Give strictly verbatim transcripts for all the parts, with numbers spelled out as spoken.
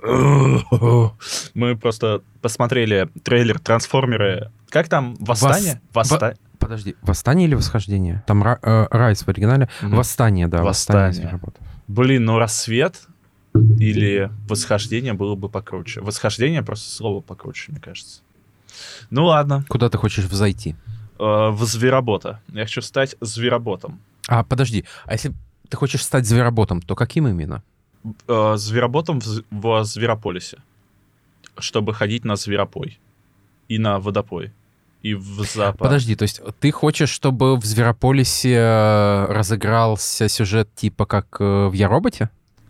Мы просто посмотрели трейлер «Трансформеры». Как там? Восстание? Вос... Восста... Во... Подожди, «Восстание» или «Восхождение»? Там э, «Райс» в оригинале. Mm-hmm. «Восстание», да. «Восстание». «Восстание». Блин, ну «Рассвет» или «Восхождение» было бы покруче. «Восхождение» просто слово покруче, мне кажется. Ну ладно. Куда ты хочешь взойти? Э, в зверобота. Я хочу стать звероботом. А, подожди, а если ты хочешь стать звероботом, то каким именно? Э, звероботом в, в Зверополисе. Чтобы ходить на зверопой. И на водопой. И в зоопарк. Подожди, то есть ты хочешь, чтобы в Зверополисе разыгрался сюжет типа как в «Я, роботе»?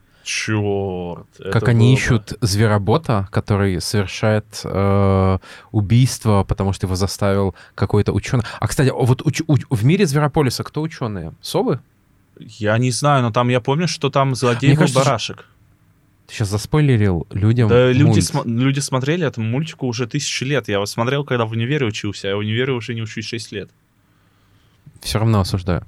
Черт. Как они ищут бы... зверобота, который совершает э, убийство, потому что его заставил какой-то ученый. А, кстати, вот уч- уч- в мире Зверополиса кто ученые? Совы? Я не знаю, но там я помню, что там злодей был кажется, барашек. Ты сейчас заспойлерил людям. Да, люди, см- люди смотрели этому мультику уже тысячи лет. Я его смотрел, когда в универе учился, а в универе уже не учусь шесть лет. Все равно осуждаю.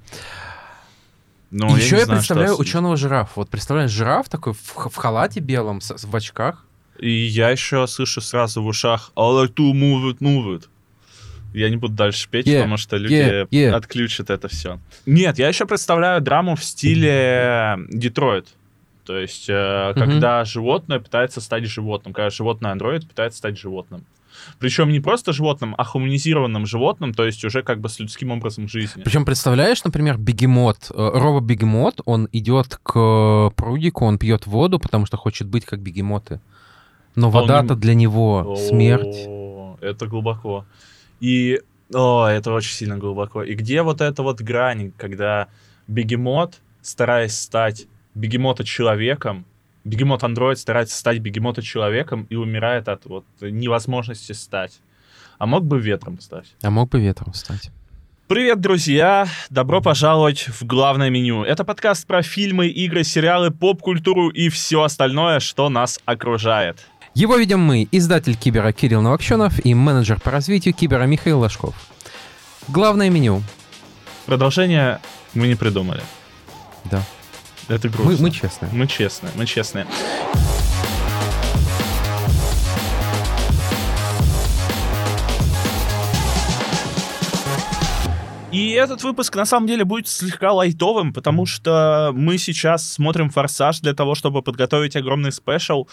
Но Еще я, я знаю, представляю ученого жирафа. Вот представляешь, жираф такой в, в халате белом, с, в очках. И я еще слышу сразу в ушах I like to move it, move it. Я не буду дальше петь, yeah, потому что люди yeah, yeah. отключат это все. Нет, я еще представляю драму в стиле Детройт. То есть, э, когда mm-hmm. животное пытается стать животным, когда животное-андроид пытается стать животным. Причем не просто животным, а хуманизированным животным, то есть уже как бы с людским образом жизни. Причем представляешь, например, бегемот, робо-бегемот, он идет к прудику, он пьет воду, потому что хочет быть как бегемоты. Но вода-то не... для него О, смерть. Это глубоко. И, о, это очень сильно глубоко. И где вот эта вот грань, когда бегемот, стараясь стать бегемота-человеком, бегемот-андроид старается стать бегемота-человеком и умирает от вот невозможности стать. А мог бы ветром стать. А мог бы ветром стать. Привет, друзья! Добро пожаловать в главное меню. Это подкаст про фильмы, игры, сериалы, поп-культуру и все остальное, что нас окружает. Его ведем мы, издатель Кибера Кирилл Новокщенов и менеджер по развитию Кибера Михаил Ложков. Главное меню. Продолжение мы не придумали. Да. Это грустно. Мы, мы честные. Мы честные, мы честные. И этот выпуск, на самом деле, будет слегка лайтовым, потому что мы сейчас смотрим «Форсаж» для того, чтобы подготовить огромный спешл.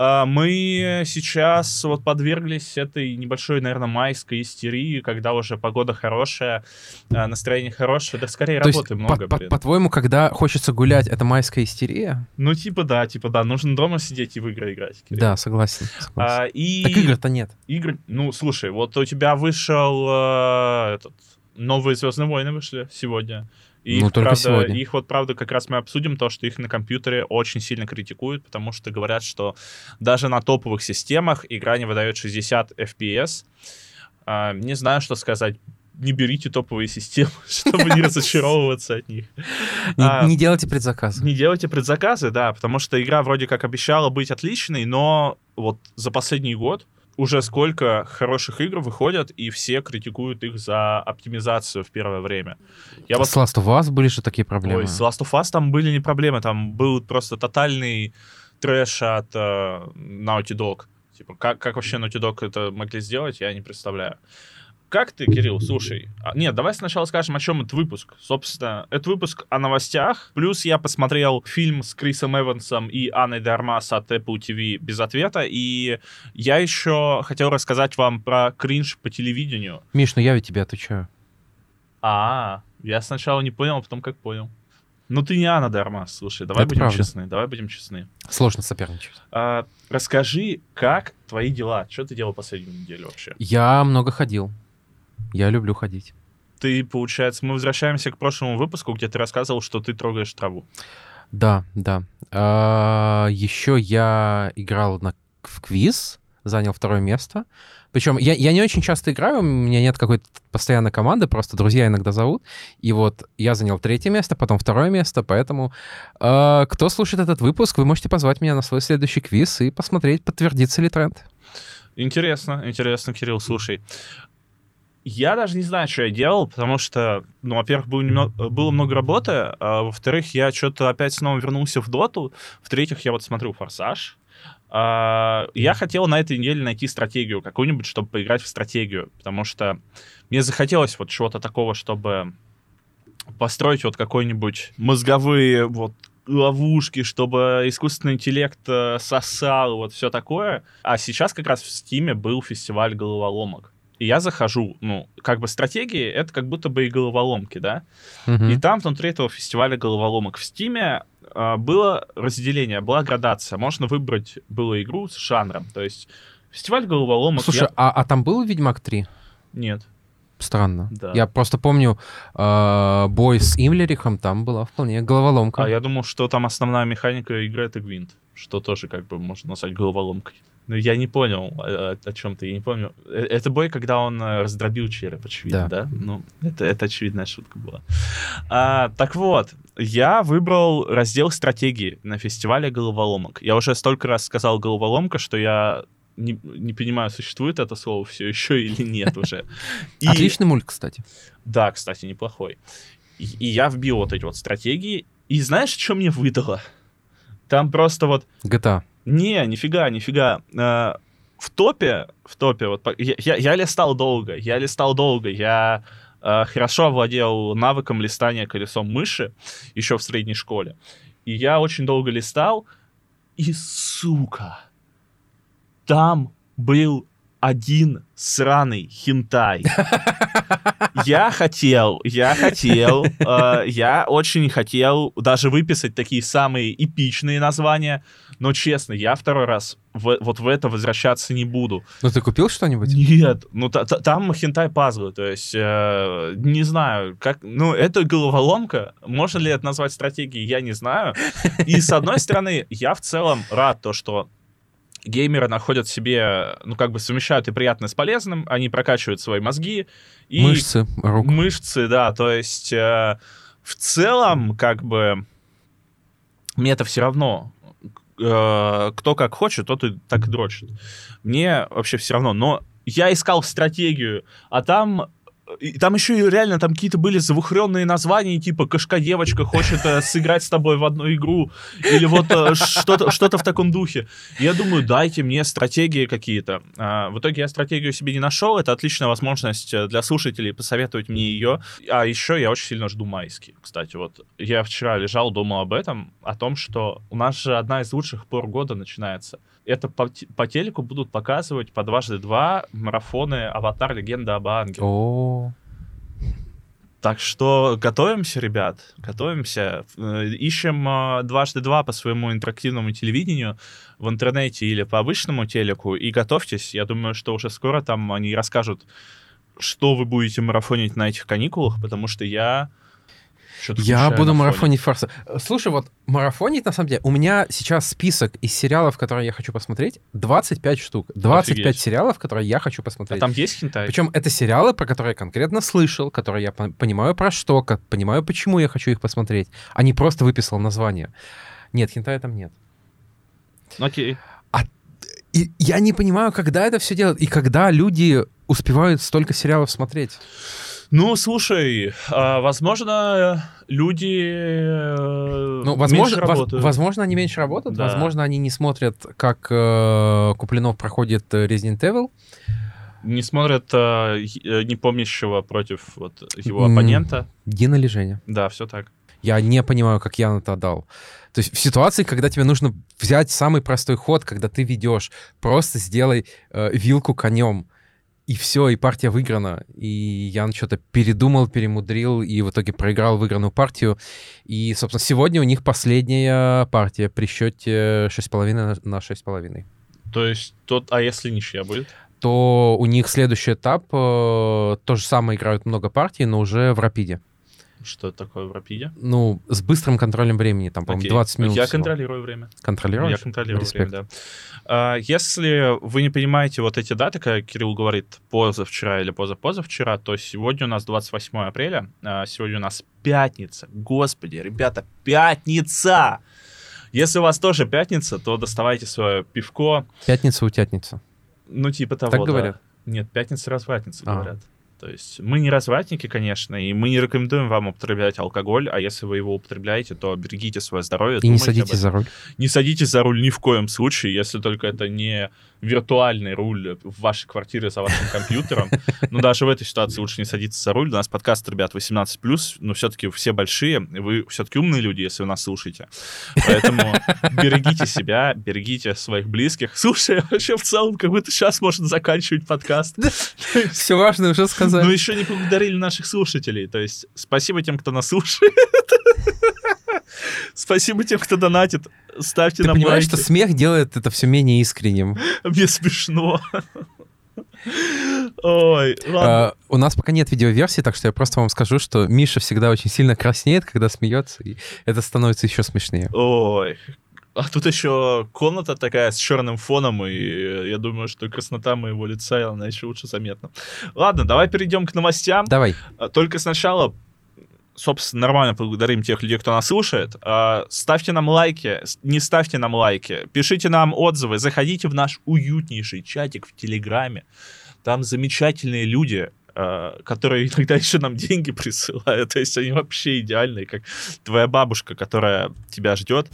Мы сейчас вот подверглись этой небольшой, наверное, майской истерии, когда уже погода хорошая, настроение хорошее, да скорее То работы есть, много. По- по- по-твоему, когда хочется гулять, это майская истерия? Ну, типа да, типа да, нужно дома сидеть и в игры играть. Кирилл. Да, согласен. согласен. А, и... Так игр-то нет. Игры, ну, слушай, вот у тебя вышел э, этот... Новые «Звездные войны» вышли сегодня. И ну, их, только правда, сегодня. Их вот, правда, как раз мы обсудим то, что их на компьютере очень сильно критикуют, потому что говорят, что даже на топовых системах игра не выдает шестьдесят эф пи эс. А, не знаю, что сказать. Не берите топовые системы, чтобы не разочаровываться от них. Не делайте предзаказы. Не делайте предзаказы, да, потому что игра вроде как обещала быть отличной, но вот за последний год уже сколько хороших игр выходят, и все критикуют их за оптимизацию в первое время. Я вот... С Last of Us были же такие проблемы. Ой, с Last of Us там были не проблемы, там был просто тотальный трэш от uh, Naughty Dog. Типа, как, как вообще Naughty Dog это могли сделать, я не представляю. Как ты, Кирилл, слушай, а, нет, давай сначала скажем, о чем этот выпуск. Собственно, это выпуск о новостях, плюс я посмотрел фильм с Крисом Эвансом и Анной де Армас от Apple ти ви без ответа, и я еще хотел рассказать вам про кринж по телевидению. Миш, ну я ведь тебе отвечаю. А, я сначала не понял, а потом как понял. Ну ты не Анна де Армас, слушай, давай это будем правда. честны, давай будем честны. Сложно соперничать. А, расскажи, как твои дела? Что ты делал последнюю неделю вообще? Я много ходил. Я люблю ходить. Ты, получается, мы возвращаемся к прошлому выпуску, где ты рассказывал, что ты трогаешь траву. Да, да. А, еще я играл на, в квиз, занял второе место. Причем я, я не очень часто играю, у меня нет какой-то постоянной команды, просто друзья иногда зовут. И вот я занял третье место, потом второе место, поэтому э, кто слушает этот выпуск, вы можете позвать меня на свой следующий квиз и посмотреть, подтвердится ли тренд. Интересно, интересно, Кирилл, слушай. Я даже не знаю, что я делал, потому что, ну, во-первых, было, немного, было много работы, а во-вторых, я что-то опять снова вернулся в доту, в-третьих, я вот смотрю «Форсаж», А, я хотел на этой неделе найти стратегию какую-нибудь, чтобы поиграть в стратегию, потому что мне захотелось вот чего-то такого, чтобы построить вот какой-нибудь мозговые вот ловушки, чтобы искусственный интеллект э, сосал, вот все такое. А сейчас как раз в Стиме был фестиваль головоломок. И я захожу, ну, как бы стратегии, это как будто бы и головоломки, да? Мгм. И там внутри этого фестиваля головоломок в Стиме э, было разделение, была градация. Можно выбрать было игру с жанром. То есть фестиваль головоломок... Слушай, я- а, а там был Ведьмак три? Нет. Странно. Да. Я просто помню э, бой с Имлерихом, там была вполне головоломка. А я думал, что там основная механика игры — это гвинт, что тоже как бы можно назвать головоломкой. Но я не понял, о, о чем ты, я не помню. Э, Это бой, когда он э, раздробил череп, очевидно, да? Да. Ну, это, это очевидная шутка была. А, так вот, я выбрал раздел стратегии на фестивале головоломок. Я уже столько раз сказал головоломка, что я не, не понимаю, существует это слово все еще или нет уже. И- Отличный мульт, кстати. Да, кстати, неплохой. И, и я вбил вот эти вот стратегии. И знаешь, что мне выдало? Там просто вот... джи ти эй. Не, нифига, нифига. Э, в топе, в топе, вот по- я, я, я листал долго, я листал долго, я э, хорошо овладел навыком листания колесом мыши еще в средней школе. И я очень долго листал, и, сука, там был один сраный хентай. Я хотел, я хотел, э, я очень хотел даже выписать такие самые эпичные названия, но, честно, я второй раз в- вот в это возвращаться не буду. Ну ты купил что-нибудь? Нет, ну та- та- там хентай-пазлы, то есть, э, не знаю, как, ну, это головоломка, можно ли это назвать стратегией, я не знаю. И, с одной стороны, я в целом рад то, что геймеры находят себе, ну, как бы совмещают и приятное с полезным, они прокачивают свои мозги. И Мышцы рук. Мышцы, да, то есть э, в целом, как бы, мне это все равно. Э, кто как хочет, тот и так и дрочит. Мне вообще все равно. Но я искал стратегию, а там... И там еще и реально там какие-то были завухренные названия, типа «Кошка-девочка хочет э, сыграть с тобой в одну игру», или вот э, что-то, что-то в таком духе. И я думаю, дайте мне стратегии какие-то. А, в итоге я стратегию себе не нашел. Это отличная возможность для слушателей посоветовать мне ее. А еще я очень сильно жду майские. Кстати, вот я вчера лежал, думал об этом, о том, что у нас же одна из лучших пор года начинается. Это по, те- по телеку будут показывать по дважды два марафоны «Аватар. Легенда об Аанге». О, Так что готовимся, ребят, готовимся. Э, Ищем э, дважды два по своему интерактивному телевидению в интернете или по обычному телеку. И готовьтесь. Я думаю, что уже скоро там они расскажут, что вы будете марафонить на этих каникулах, потому что я... что-то я скучаю буду на фоне. марафонить фарса. Слушай, вот марафонить, на самом деле, у меня сейчас список из сериалов, которые я хочу посмотреть, двадцать пять штук. двадцать пять Офигеть. сериалов, которые я хочу А посмотреть. там есть хентай? Причем это сериалы, про которые я конкретно слышал, которые я пон- понимаю про что, как, понимаю, почему я хочу их посмотреть, а не просто выписал название. Нет, хентая там нет. Окей. И я не понимаю, когда это все делают, и когда люди успевают столько сериалов смотреть. Ну, слушай, а, возможно, люди э, Ну, возможно, меньше воз- работают. возможно, они меньше работают, Да. возможно, они не смотрят, как э, Куплинов проходит э, Resident Evil. Не смотрят э, е- непомнящего против вот, его М. оппонента. Дина или Женя? Да, все так. Я не понимаю, как я на это отдал. То есть в ситуации, когда тебе нужно взять самый простой ход, когда ты ведешь, просто сделай э, вилку конем, и все, и партия выиграна. И Ян что-то передумал, перемудрил, и в итоге проиграл выигранную партию. И, собственно, сегодня у них последняя партия при счете шесть с половиной на шесть с половиной. То есть, тот, а если ничья будет? То у них следующий этап, э, то же самое играют много партий, но уже в рапиде. Что это такое в рапиде? Ну, с быстрым контролем времени, там, по-моему, Окей. двадцать минут. Я всего. контролирую время. Контролируешь? Я контролирую Респект. время, да. А, если вы не понимаете вот эти даты, как Кирилл говорит, позавчера или позапозавчера, то сегодня у нас двадцать восьмое апреля, а, сегодня у нас пятница. Господи, ребята, пятница! Если у вас тоже пятница, то доставайте свое пивко. Пятница утятница. Ну, типа того, Так да. говорят? Нет, пятница развратница, А. говорят. То есть мы не развратники, конечно, и мы не рекомендуем вам употреблять алкоголь, а если вы его употребляете, то берегите свое здоровье. И не садитесь за руль. Не садитесь за руль ни в коем случае, если только это не виртуальный руль в вашей квартире за вашим компьютером. Но даже в этой ситуации лучше не садиться за руль. У нас подкаст, ребят, восемнадцать плюс, но все-таки все большие, вы все-таки умные люди, если вы нас слушаете. Поэтому берегите себя, берегите своих близких. Слушай, вообще в целом, как будто сейчас можно заканчивать подкаст. Все важное уже сказали. Ну, еще не поблагодарили наших слушателей. То есть спасибо тем, кто нас слушает. Спасибо тем, кто донатит. Ставьте Ты нам понимаешь, лайки. что смех делает это все менее искренним. Мне смешно. Ой, ладно. А, у нас пока нет видеоверсии, так что я просто вам скажу, что Миша всегда очень сильно краснеет, когда смеется, и это становится еще смешнее. Ой. А тут еще комната такая с черным фоном, и я думаю, что краснота моего лица, она еще лучше заметна. Ладно, давай перейдем к новостям. Давай. Только сначала, собственно, нормально поблагодарим тех людей, кто нас слушает. Ставьте нам лайки, не ставьте нам лайки, пишите нам отзывы, заходите в наш уютнейший чатик в Телеграме. Там замечательные люди, которые иногда еще нам деньги присылают. То есть они вообще идеальные, как твоя бабушка, которая тебя ждет.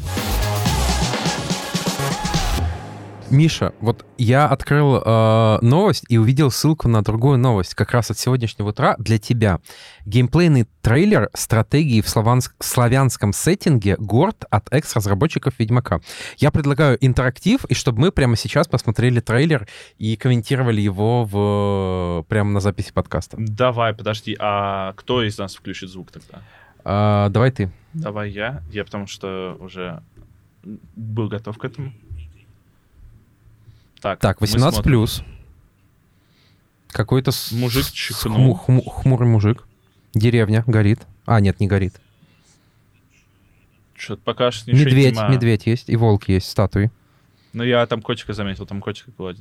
Миша, вот я открыл э, новость и увидел ссылку на другую новость, как раз от сегодняшнего утра для тебя. Геймплейный трейлер стратегии в славянск- славянском сеттинге горд от экс-разработчиков Ведьмака. Я предлагаю интерактив, и чтобы мы прямо сейчас посмотрели трейлер и комментировали его в, прямо на записи подкаста. Давай, подожди, а кто из нас включит звук тогда? А, давай ты. Давай я, я потому что уже был готов к этому. Так, Так, восемнадцать плюс. Какой-то с... Мужик с- чихнул. хму- хму- хмурый мужик. Деревня горит. А, нет, не горит. Что-то пока что ничего не Медведь, понимаю. медведь есть, и волк есть, статуи. Ну, я там котика заметил, там котик гладит.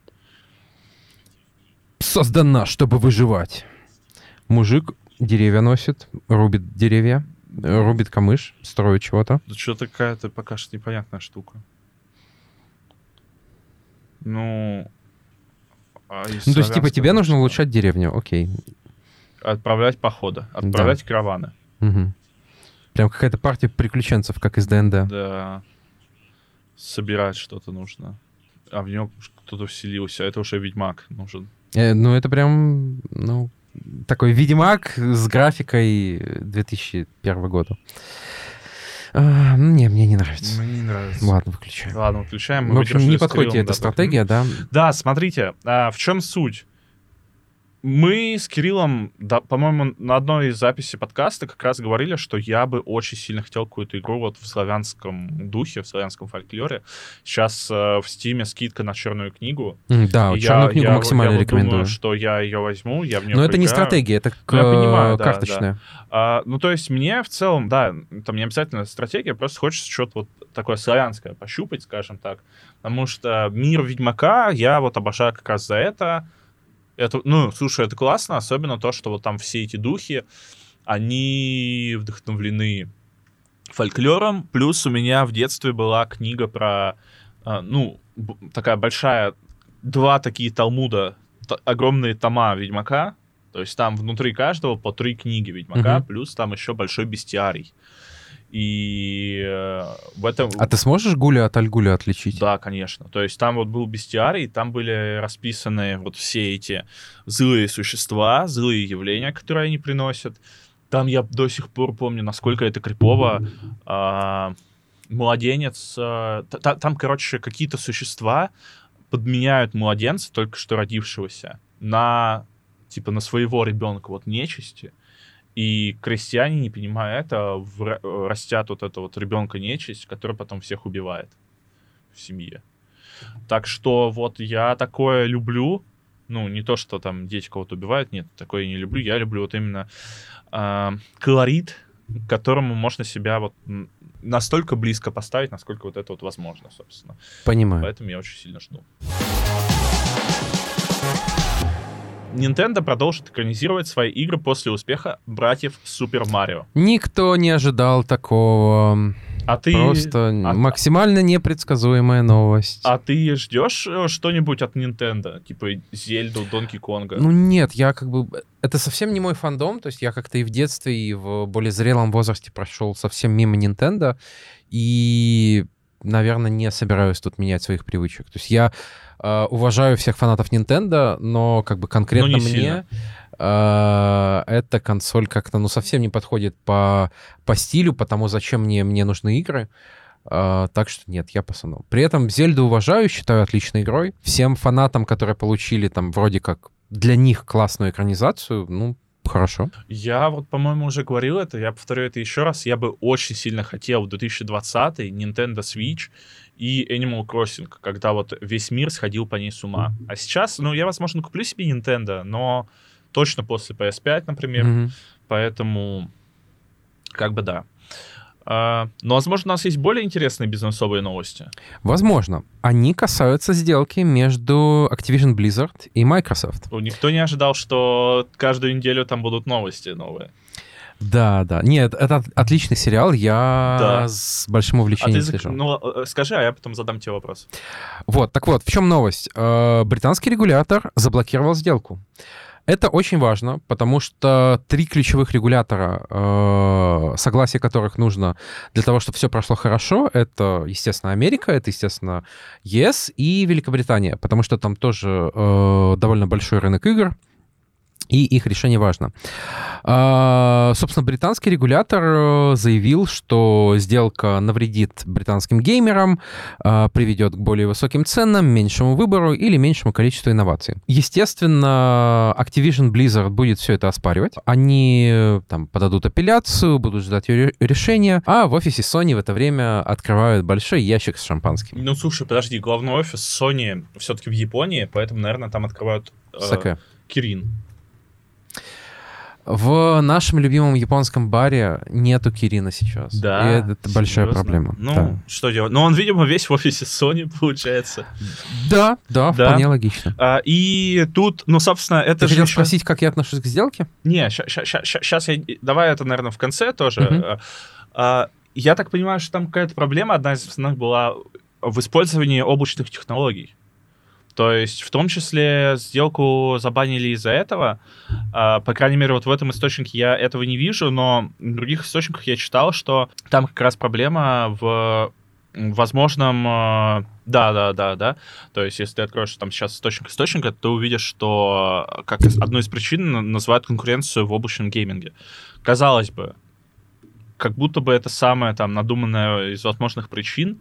Создана, чтобы выживать. Мужик деревья носит, рубит деревья, э, рубит камыш, строит чего-то. Да что-то какая-то пока что непонятная штука. Ну... а из Ну, то есть, типа, славянского тебе нужно что? улучшать деревню, окей. Отправлять походы, отправлять караваны. Мгм. Прям какая-то партия приключенцев, как из ДНД. Да. Собирать что-то нужно. А в него кто-то вселился. Это уже Ведьмак нужен. Э, ну, это прям, ну, такой Ведьмак с графикой две тысячи первого года. А, не, мне не нравится. Мне не нравится. Ладно, выключаем. Ладно, включаем. Мы В общем, выдержали не с подходит тебе Кириллом, эта да, стратегия, да? Да, смотрите, а, в чем суть? Мы с Кириллом, да, по-моему, на одной из записей подкаста как раз говорили, что я бы очень сильно хотел какую-то игру вот в славянском духе, в славянском фольклоре. Сейчас э, в Стиме скидка на «Черную книгу». М, Да, И черную я, книгу я, максимально я вот рекомендую. думаю, что я ее возьму, я в нее Но это не поиграю. стратегия, это к- Ну, я понимаю, да, карточная. А, ну, то есть мне в целом, да, там не обязательно стратегия, просто хочется что-то вот такое славянское пощупать, скажем так. Потому что мир Ведьмака я вот обожаю как раз за это. Это, ну, слушай, это классно, особенно то, что вот там все эти духи, они вдохновлены фольклором. Плюс у меня в детстве была книга про, а, ну, б- такая большая, два такие талмуда, т- огромные тома Ведьмака. То есть там внутри каждого по три книги Ведьмака, Мгм. плюс там еще большой бестиарий. И э, в этом... А ты сможешь Гуля от Альгуля отличить? Да, конечно. То есть там вот был бестиарий, там были расписаны вот все эти злые существа, злые явления, которые они приносят. Там я до сих пор помню, насколько это крипово. А, младенец... а, та- та- там, короче, какие-то существа подменяют младенца, только что родившегося, на, типа, на своего ребенка, вот нечисти. И крестьяне, не понимая это, в- растят вот это вот ребенка нечисть, который потом всех убивает в семье. Так что вот я такое люблю. Ну, не то, что там дети кого-то убивают, нет, такое я не люблю. Я люблю вот именно э, колорит, к которому можно себя вот м, настолько близко поставить, насколько вот это вот возможно, собственно. Понимаю. Поэтому я очень сильно жду. Nintendo продолжит экранизировать свои игры после успеха братьев Super Mario. Никто не ожидал такого. А ты... Просто а... максимально непредсказуемая новость. А ты ждешь что-нибудь от Nintendo? Типа Зельду, Донки Конга? Ну нет, я как бы... Это совсем не мой фандом, то есть я как-то и в детстве, и в более зрелом возрасте прошел совсем мимо Nintendo, и, наверное, не собираюсь тут менять своих привычек. То есть я э, уважаю всех фанатов Nintendo, но как бы конкретно но не мне... сильно. Эта консоль как-то, ну, совсем не подходит по, по стилю, потому зачем мне, мне нужны игры. Uh, так что нет, я пацанул. При этом Зельду уважаю, считаю отличной игрой. Всем фанатам, которые получили там вроде как для них классную экранизацию, ну, хорошо. Я вот, по-моему, уже говорил это, я повторю это еще раз. Я бы очень сильно хотел в две тысячи двадцатый Nintendo Switch и Animal Crossing, когда вот весь мир сходил по ней с ума. А сейчас, ну, я, возможно, куплю себе Nintendo, но точно после пи эс пять, например. Mm-hmm. Поэтому, как бы да. А, но, возможно, у нас есть более интересные бизнесовые новости. Возможно. Они касаются сделки между Activision Blizzard и Microsoft. Никто не ожидал, что каждую неделю там будут новости новые. Да, да. Нет, это отличный сериал, я да. с большим увлечением а ты, слежу. Ну, скажи, а я потом задам тебе вопрос. Вот, так вот, в чем новость? Британский регулятор заблокировал сделку. Это очень важно, потому что три ключевых регулятора, э, согласие которых нужно для того, чтобы все прошло хорошо, это, естественно, Америка, это, естественно, ЕС и Великобритания, потому что там тоже э, довольно большой рынок игр, и их решение важно. А, собственно, британский регулятор заявил, что сделка навредит британским геймерам, а, приведет к более высоким ценам, меньшему выбору или меньшему количеству инноваций. Естественно, Activision Blizzard будет все это оспаривать. Они там подадут апелляцию, будут ждать ее решения, а в офисе Sony в это время открывают большой ящик с шампанским. Ну, слушай, подожди, главный офис Sony все-таки в Японии, поэтому, наверное, там открывают э, Кирин. В нашем любимом японском баре нету Кирина сейчас. Да. И это серьезно? Большая проблема. Ну, да. что делать? Ну, он, видимо, весь в офисе Sony, получается. Да, да, да. Вполне логично. А, и тут, ну, собственно, это Ты же хотел еще... спросить, как я отношусь к сделке? Не, сейчас я... Давай это, наверное, в конце тоже. Uh-huh. А, я так понимаю, что там какая-то проблема, одна из основных была в использовании облачных технологий. То есть, в том числе, сделку забанили из-за этого. А, по крайней мере, вот в этом источнике я этого не вижу, но в других источниках я читал, что там как раз проблема в возможном... Да-да-да-да. То есть, если ты откроешь там сейчас источник источника, ты увидишь, что как одну из причин называют конкуренцию в облачном гейминге. Казалось бы, как будто бы это самое там надуманное из возможных причин,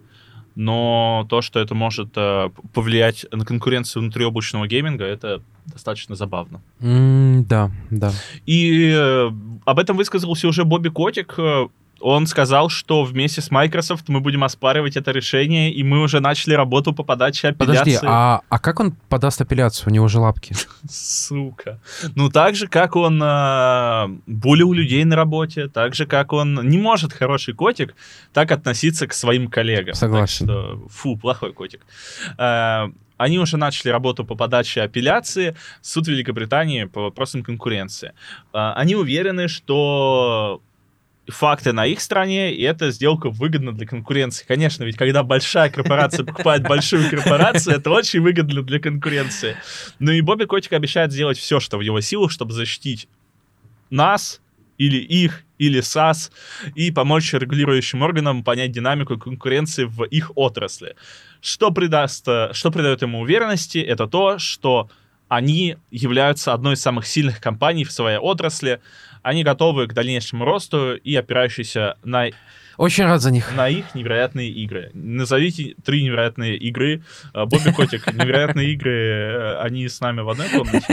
но то, что это может э, повлиять на конкуренцию внутри облачного гейминга, это достаточно забавно. Mm, да, да. И э, об этом высказался уже Бобби Котик. Он сказал, что вместе с Microsoft мы будем оспаривать это решение, и мы уже начали работу по подаче апелляции. Подожди, а, а как он подаст апелляцию? У него же лапки. Сука. Ну, так же, как он э, булил людей на работе, так же, как он... Не может хороший котик так относиться к своим коллегам. Согласен. Так что, фу, плохой котик. Э, Они уже начали работу по подаче апелляции в суд Великобритании по вопросам конкуренции. Э, они уверены, что... факты на их стороне, и эта сделка выгодна для конкуренции. Конечно, ведь когда большая корпорация покупает большую корпорацию, это очень выгодно для конкуренции. Ну и Бобби Котик обещает сделать все, что в его силах, чтобы защитить нас, или их, или САС, и помочь регулирующим органам понять динамику конкуренции в их отрасли. Что придаст, что придает ему уверенности, это то, что они являются одной из самых сильных компаний в своей отрасли. Они готовы к дальнейшему росту и опирающиеся на... Очень рад за них. На их невероятные игры. Назовите три невероятные игры. Бобби Котик, невероятные игры, они с нами в одной комнате.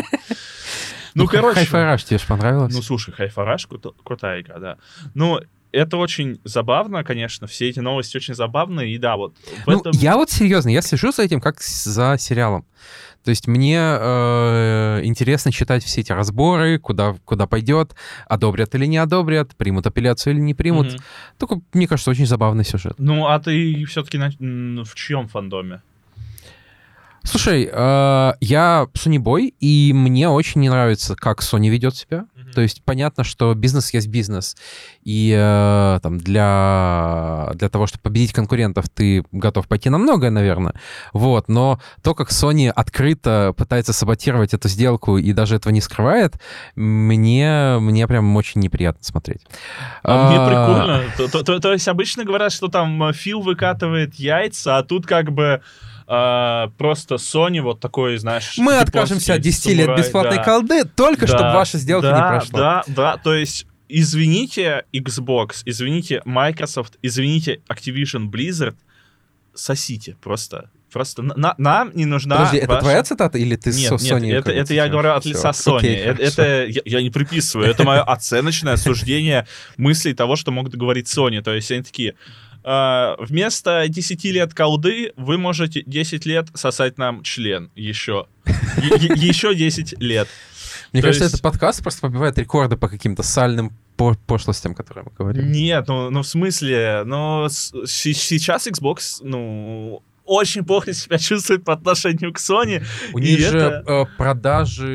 Ну, короче... Hi-Fi Rush тебе же понравилось? Ну, слушай, Hi-Fi Rush кру- крутая игра, да. Ну, это очень забавно, конечно, все эти новости очень забавные, и да, вот в ну, этом... я вот серьезно, я слежу за этим как за сериалом. То есть мне э, интересно читать все эти разборы, куда, куда пойдет, одобрят или не одобрят, примут апелляцию или не примут. Mm-hmm. Только, мне кажется, очень забавный сюжет. Ну, а ты все-таки на... в чьем фандоме? Слушай, э, я Sony-бой, и мне очень не нравится, как Sony ведет себя. Mm-hmm. То есть понятно, что бизнес есть бизнес, и э, там, для, для того, чтобы победить конкурентов, ты готов пойти на многое, наверное. Вот. Но то, как Sony открыто пытается саботировать эту сделку и даже этого не скрывает, мне, мне прям очень неприятно смотреть. А, а... Мне прикольно. То, то, то, то есть обычно говорят, что там Фил выкатывает яйца, а тут как бы... Uh, просто Sony вот такой, знаешь... Мы откажемся от десяти лет бесплатной да. колды, только да, чтобы ваша сделка да, не прошла. Да, да, то есть извините Xbox, извините Microsoft, извините Activision Blizzard, сосите просто. Просто на, нам не нужна... Подожди, ваша... это твоя цитата или ты нет, со Sony? Нет, это, это я говорю от лица Sony. Окей, это, это я, я не приписываю, это мое оценочное суждение мыслей того, что могут говорить Sony. То есть они такие... Uh, вместо десяти лет колды вы можете десять лет сосать нам член еще. Е- еще десять лет. Мне То кажется, есть... этот подкаст просто побивает рекорды по каким-то сальным по- пошлостям, которые мы говорим. Нет, ну, ну в смысле, но с- сейчас Xbox, ну... очень плохо себя чувствует по отношению к Sony. У них же это... э, продажи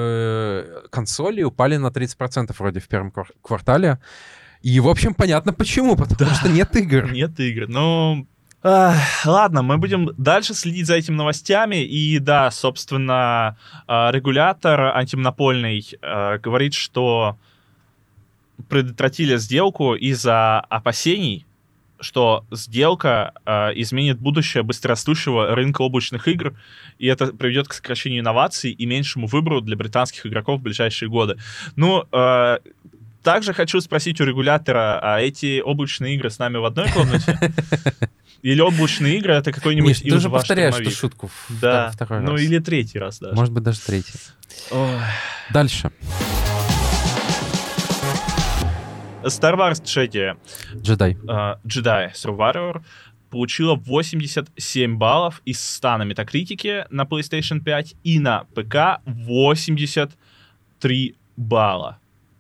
э, консолей упали на тридцать процентов вроде в первом квар- квартале. И, в общем, понятно почему, потому да, что нет игр. Нет игр, ну... Ах, ладно, мы будем дальше следить за этими новостями. И да, собственно, регулятор антимонопольный говорит, что предотвратили сделку из-за опасений, что сделка изменит будущее быстрорастущего рынка облачных игр, и это приведет к сокращению инноваций и меньшему выбору для британских игроков в ближайшие годы. Ну... Также хочу спросить у регулятора, а эти облачные игры с нами в одной комнате? Или облачные игры — это какой-нибудь Миш, ты уже повторяешь эту шутку да. второй ну, раз. Или третий раз даже. Может быть, даже третий. Ой. Дальше. Star Wars Jedi. Jedi. Uh, Jedi Survivor получила восемьдесят семь баллов из ста на Метакритике на PlayStation пять и на ПК восемьдесят три балла.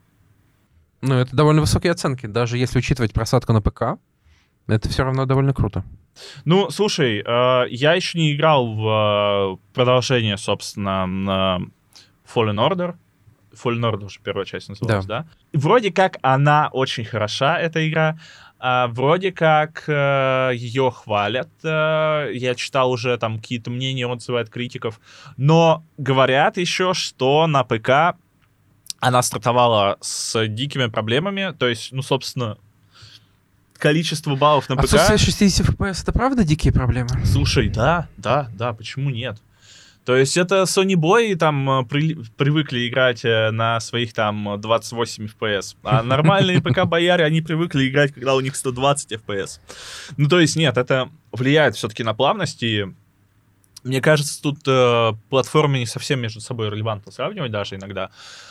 Ну, это довольно высокие оценки. Даже если учитывать просадку на ПК, это все равно довольно круто. Ну, слушай, э, я еще не играл в э, продолжение, собственно, на Fallen Order. Fallen Order уже первая часть называлась, да? да? Вроде как она очень хороша, эта игра. А, вроде как э, ее хвалят. Э, я читал уже там какие-то мнения, отзывы от критиков. Но говорят еще, что на ПК она стартовала с дикими проблемами, то есть, ну, собственно, количество баллов на ПК... Отсутствие шестьдесят эф пи эс — это правда дикие проблемы? Слушай, да, да, да, почему нет? То есть это Sony-бой там при, привыкли играть на своих там двадцать восемь эф пи эс, а нормальные ПК-бояре, они привыкли играть, когда у них сто двадцать эф пи эс. Ну, то есть нет, это влияет все-таки на плавность, и мне кажется, тут э, платформы не совсем между собой релевантно сравнивать даже иногда.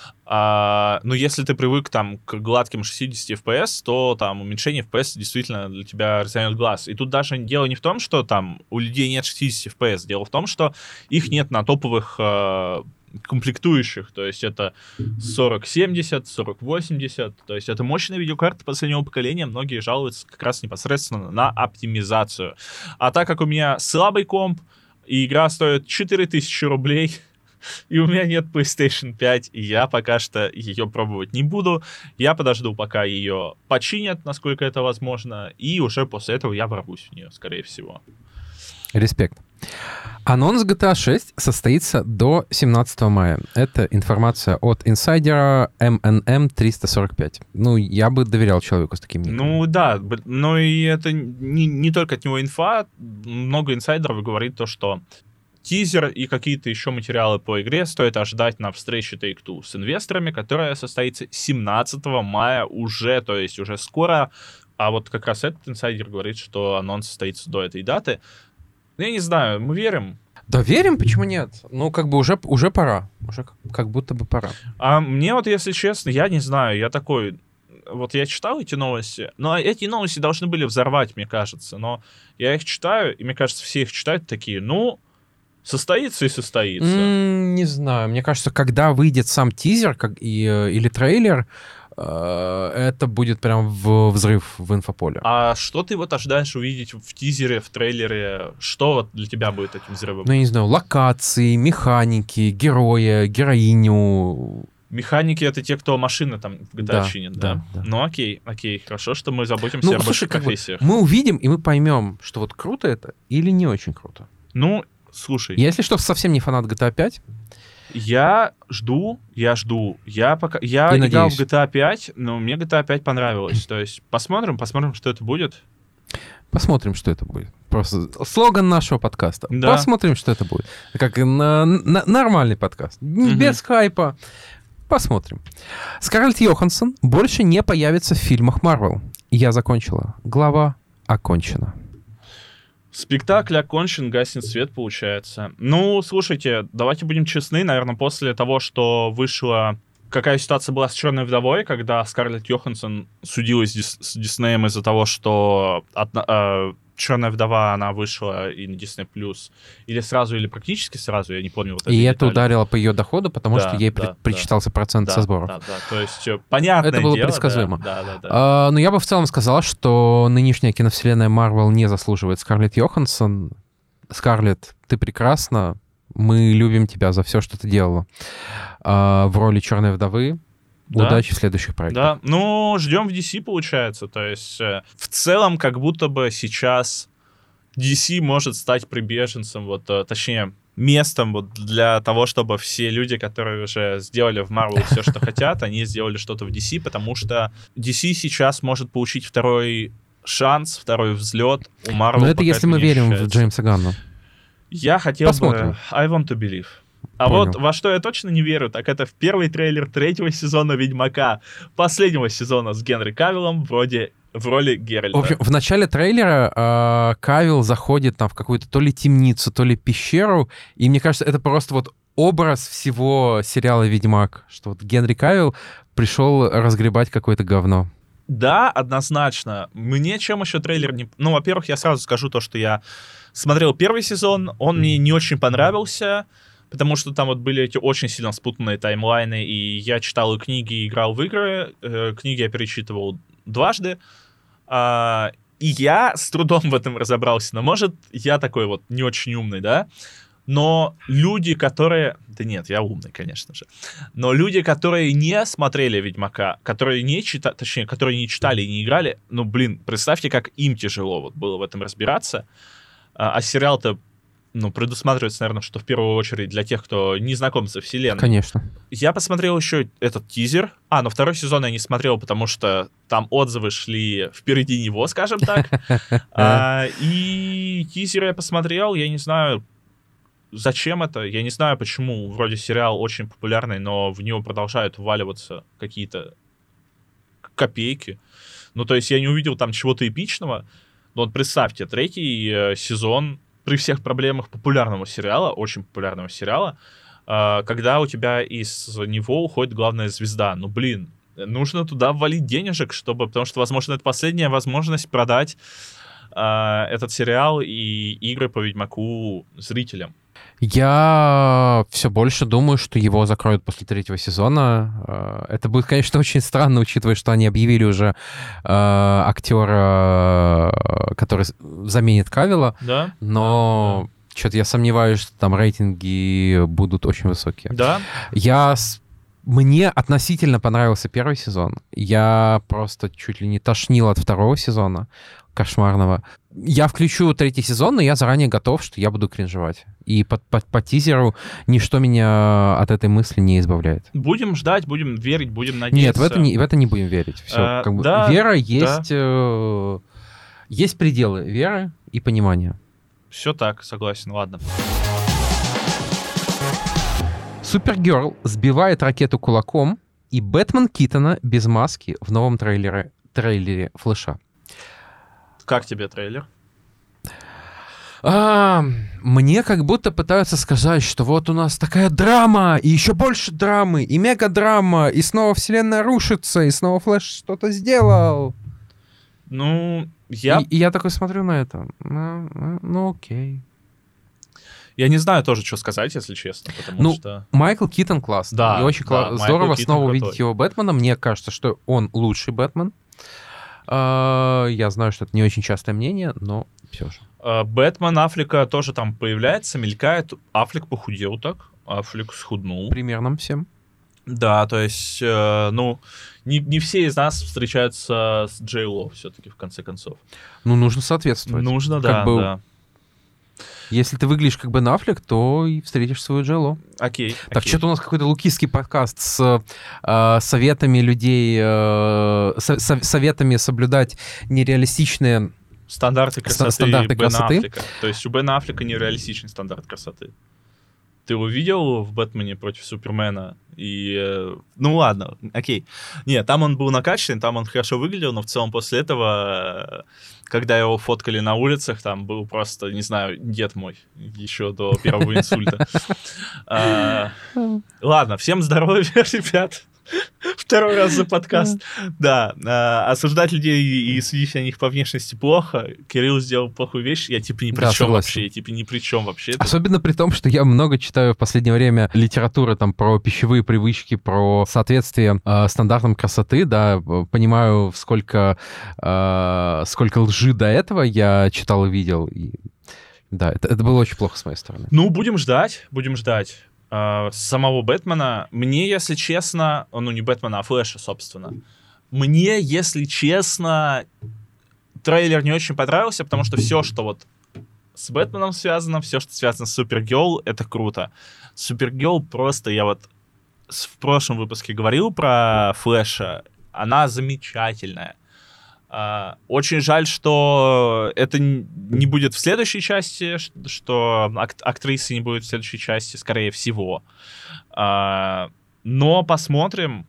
А, ну, если ты привык там к гладким шестидесяти эф пи эс, то там уменьшение эф пи эс действительно для тебя разъянет глаз. И тут даже дело не в том, что там у людей нет шестидесяти эф пи эс, дело в том, что их нет на топовых э, комплектующих, то есть это сорок семьдесят, сорок восемьдесят, то есть это мощные видеокарты последнего поколения, многие жалуются как раз непосредственно на оптимизацию. А так как у меня слабый комп, и игра стоит четыре тысячи рублей, и у меня нет PlayStation пять, и я пока что ее пробовать не буду. Я подожду, пока ее починят, насколько это возможно, и уже после этого я ворвусь в нее, скорее всего. Респект. Анонс джи ти эй шесть состоится до семнадцатого мая. Это информация от инсайдера эм эн эм триста сорок пять. Ну, я бы доверял человеку с таким ником. Ну, да, но и это не, не только от него инфа. Много инсайдеров говорит то, что тизер и какие-то еще материалы по игре стоит ожидать на встрече Take-Two с инвесторами, которая состоится семнадцатого мая уже, то есть уже скоро. А вот как раз этот инсайдер говорит, что анонс состоится до этой даты. Я не знаю, мы верим? Да верим, почему нет? Ну, как бы уже, уже пора. Уже как, как будто бы пора. А мне вот, если честно, я не знаю, я такой... Вот я читал эти новости, но эти новости должны были взорвать, мне кажется. Но я их читаю, и мне кажется, все их читают такие, ну, состоится и состоится. Mm, не знаю, мне кажется, когда выйдет сам тизер как, и, или трейлер, это будет прям в взрыв в инфополе. А что ты вот ожидаешь увидеть в тизере, в трейлере? Что вот для тебя будет этим взрывом? Ну, я не знаю, локации, механики, героя, героиню. Механики — это те, кто машины там в джи ти эй Да, чинит, да, да? да. Ну окей, окей, хорошо, что мы заботимся Ну, о слушай, больших как бы профессиях. мы увидим, и мы поймем, что вот круто это или не очень круто. Ну, слушай. Я, если что, совсем не фанат джи ти эй пять. Я жду, я жду. Я пока я И играл надеюсь. в джи ти эй пять, но мне джи ти эй пять понравилось. То есть посмотрим, посмотрим, что это будет. Посмотрим, что это будет. Просто слоган нашего подкаста. Да. Посмотрим, что это будет. Как на, на- нормальный подкаст. Мгм. Без хайпа. Посмотрим. Скарлетт Йоханссон больше не появится в фильмах Марвел. Я закончила. Глава окончена. Спектакль окончен, гаснет свет, получается. Ну, слушайте, давайте будем честны, наверное, после того, что вышла... Какая ситуация была с «Черной вдовой», когда Скарлетт Йоханссон судилась с, Дис... с Диснеем из-за того, что одна... э, «Черная вдова», она вышла и на Disney+, или сразу, или практически сразу, я не помню. Вот И этой это детали. ударило по ее доходу, потому Да, что ей да, при- да. причитался процент Да, со сборов. да, да. То есть, э, понятное Это было дело, предсказуемо. Да, да, да. да. А, но я бы в целом сказала, что нынешняя киновселенная Марвел не заслуживает Скарлетт Йоханссон. Скарлетт, ты прекрасна. Мы любим тебя за все, что ты делала. А, в роли Черной вдовы. Да. Удачи в следующих проектах. Да, ну, ждем в ди си, получается. То есть, э, в целом, как будто бы сейчас ди си может стать прибеженцем, вот, э, точнее, местом вот для того, чтобы все люди, которые уже сделали в Marvel все, что хотят, они сделали что-то в ди си, потому что ди си сейчас может получить второй шанс, второй взлет. У Marvel Но это пока если мы не верим в ощущается. Джеймса Ганна. Я хотел Посмотрим. бы... I want to believe. А Понял. вот во что я точно не верю, так это в первый трейлер третьего сезона «Ведьмака», последнего сезона с Генри Кавиллом вроде в роли Геральта. В общем, в начале трейлера э, Кавилл заходит там в какую-то то ли темницу, то ли пещеру, и мне кажется, это просто вот образ всего сериала «Ведьмак», что вот Генри Кавилл пришел разгребать какое-то говно. Да, однозначно. Мне чем еще трейлер не... Ну, во-первых, я сразу скажу то, что я смотрел первый сезон, он мне не очень понравился, потому что там вот были эти очень сильно спутанные таймлайны, и я читал и книги, и играл в игры. Э, книги я перечитывал дважды. А, и я с трудом в этом разобрался. Но, может, я такой вот не очень умный, да? Но люди, которые... Да нет, я умный, конечно же. Но люди, которые не смотрели «Ведьмака», которые не читали, точнее, которые не читали и не играли, ну, блин, представьте, как им тяжело вот было в этом разбираться. А, а сериал-то, ну, предусматривается, наверное, что в первую очередь для тех, кто не знаком со вселенной. Конечно. Я посмотрел еще этот тизер. А, но второй сезон я не смотрел, потому что там отзывы шли впереди него, скажем так. А, и тизер я посмотрел, я не знаю, зачем это, я не знаю, почему. Вроде сериал очень популярный, но в него продолжают вваливаться какие-то копейки. Ну, то есть я не увидел там чего-то эпичного. Но вот представьте, третий э, сезон при всех проблемах популярного сериала, очень популярного сериала, э, когда у тебя из него уходит главная звезда. Ну, блин, нужно туда ввалить денежек, чтобы, потому что, возможно, это последняя возможность продать э, этот сериал и игры по Ведьмаку зрителям. Я все больше думаю, что его закроют после третьего сезона. Это будет, конечно, очень странно, учитывая, что они объявили уже э, актера, который заменит Кавилла. Да? Но Да, что-то я сомневаюсь, что там рейтинги будут очень высокие. да. Я... с- Мне относительно понравился первый сезон. Я просто чуть ли не тошнил от второго сезона кошмарного. Я включу третий сезон, но я заранее готов, что я буду кринжевать. И по, по, по тизеру ничто меня от этой мысли не избавляет. Будем ждать, будем верить, будем надеяться. Нет, в это не, в это не будем верить. Все, А, как бы да, вера есть... э, есть пределы веры и понимания. Все так, согласен, ладно. Супергерл сбивает ракету кулаком, и Бэтмен Китона без маски в новом трейлере, трейлере Флэша. Как тебе трейлер? А, мне как будто пытаются сказать, что вот у нас такая драма, и еще больше драмы, и мега-драма, и снова вселенная рушится, и снова Флэш что-то сделал. Ну, я... И, и я такой смотрю на это. Ну, ну, ну, окей. Я не знаю тоже, что сказать, если честно, потому ну, что... Майкл Китон классный. Да, и очень да, кла- здорово Китон снова крутой. увидеть его Бэтмена. Мне кажется, что он лучший Бэтмен. Uh, я знаю, что это не очень частое мнение, но все же. Uh, Бэтмен Аффлека тоже там появляется, мелькает. Аффлек похудел так, Аффлек схуднул. Примерно всем. Да, то есть, э, ну, не, не все из нас встречаются с Джей Ло все-таки, в конце концов. Ну, нужно соответствовать. Нужно, как да, бы, да. Если ты выглядишь как Бен Аффлек, то и встретишь свою Джей Ло. Окей. Так, окей. что-то у нас какой-то лукистский подкаст с э, советами людей, э, со- со- советами соблюдать нереалистичные Стандарты красоты стандарты Бена красоты. Аффлека. То есть у Бена Аффлека нереалистичный стандарт красоты. Ты его видел в «Бэтмене против Супермена»? И, э, ну ладно, окей. Нет, там он был накачанный, там он хорошо выглядел, но в целом после этого, э, когда его фоткали на улицах, там был просто, не знаю, дед мой еще до первого инсульта. А, Ладно, всем здоровья, ребят. Второй раз за подкаст. Да, э, осуждать людей и судить о них по внешности плохо. Кирилл сделал плохую вещь, я типа ни при Да, чем согласен. вообще, я типа ни при чем вообще. Особенно при том, что я много читаю в последнее время литературы там про пищевые привычки, про соответствие э, стандартам красоты, да, понимаю, сколько, э, сколько лжи до этого я читал и видел. И, да, это, это было очень плохо с моей стороны. Ну, будем ждать, будем ждать. Самого Бэтмена. Мне, если честно, ну не Бэтмена, а Флэша, собственно. Мне, если честно, трейлер не очень понравился, потому что все, что вот с Бэтменом связано, все, что связано с Супергерл, это круто. Супергерл просто, я вот в прошлом выпуске говорил про Флэша, она замечательная. Uh, очень жаль, что это не будет в следующей части, что ак- актрисы не будет в следующей части, скорее всего. Uh, но посмотрим.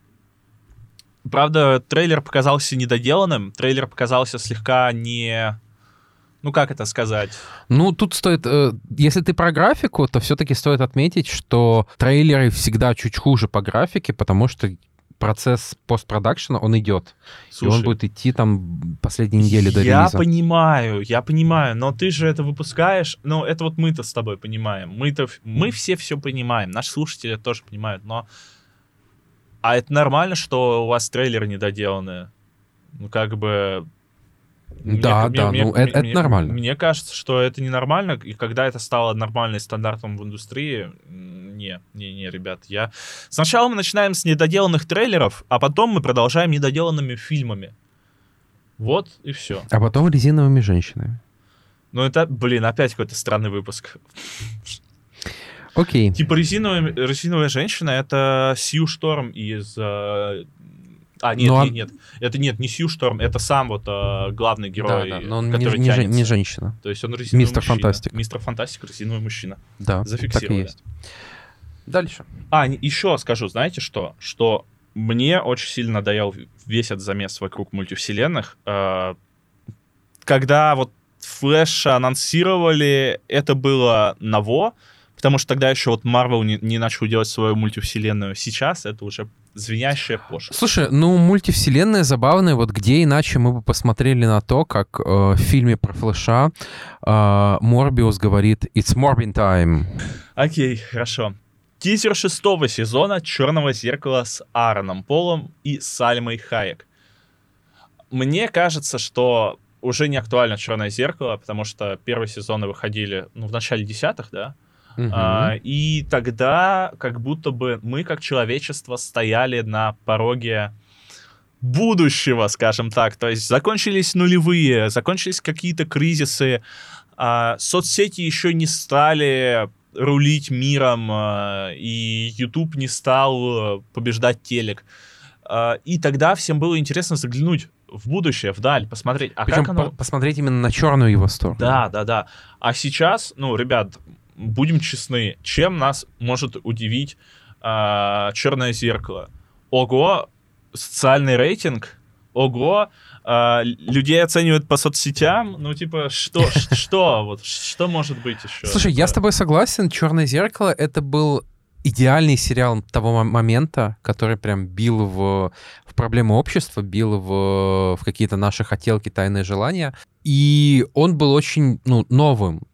Правда, трейлер показался недоделанным, трейлер показался слегка не... Ну, как это сказать? Ну, тут стоит... Э, если ты про графику, то все-таки стоит отметить, что трейлеры всегда чуть хуже по графике, потому что процесс постпродакшена, он идет. Слушай, и он будет идти там последние недели до я релиза. Я понимаю, я понимаю, но ты же это выпускаешь, ну, это вот мы-то с тобой понимаем. Мы-то, мы все все понимаем, наши слушатели тоже понимают, но... А это нормально, что у вас трейлеры недоделанные? Ну, как бы... Да, мне, да, мне, ну, мне, это, мне, это нормально. Мне кажется, что это ненормально, и когда это стало нормальным стандартом в индустрии, не, не, не, ребят, я... Сначала мы начинаем с недоделанных трейлеров, а потом мы продолжаем недоделанными фильмами. Вот и все. А потом резиновыми женщинами. Ну это, блин, опять какой-то странный выпуск. Окей. Типа резиновая, резиновая женщина — это Сью Шторм из... А, нет, но... нет, нет, это нет, не Сью Шторм, это сам вот э, главный герой, да, да, но он который не, тянется. Не женщина. То есть он резиновый Мистер мужчина. Фантастик. Мистер Фантастик, резиновый мужчина. Да, зафиксировали. Так и есть. Дальше. А, еще скажу, знаете что? Что мне очень сильно надоел весь этот замес вокруг мультивселенных. Э, когда вот Флэша анонсировали, это было ново, потому что тогда еще вот Марвел не, не начал делать свою мультивселенную. Сейчас это уже звенящая пошлость. Слушай, ну мультивселенная забавная, вот где иначе мы бы посмотрели на то, как э, в фильме про Флэша э, Морбиус говорит «It's Morbin time». Окей, хорошо. Тизер шестого сезона «Черного зеркала» с Аароном Полом и Сальмой Хайек. Мне кажется, что уже не актуально «Черное зеркало», потому что первые сезоны выходили ну, в начале десятых, да? Uh-huh. А, и тогда как будто бы мы, как человечество, стояли на пороге будущего, скажем так. То есть закончились нулевые, закончились какие-то кризисы, а, соцсети еще не стали рулить миром, а, и YouTube не стал побеждать телек. А, и тогда всем было интересно заглянуть в будущее, вдаль, посмотреть. А Причем как оно... по- посмотреть именно на черную его сторону. Да, да, да. А сейчас, ну, ребят... Будем честны, чем нас может удивить э, «Черное зеркало»? Ого, социальный рейтинг, ого, э, людей оценивают по соцсетям, ну типа что, что, вот что может быть еще? Слушай, я с тобой согласен, «Черное зеркало» — это был идеальный сериал того момента, который прям бил в, в проблему общества, бил в, в какие-то наши хотелки, тайные желания, и он был очень, ну, новым.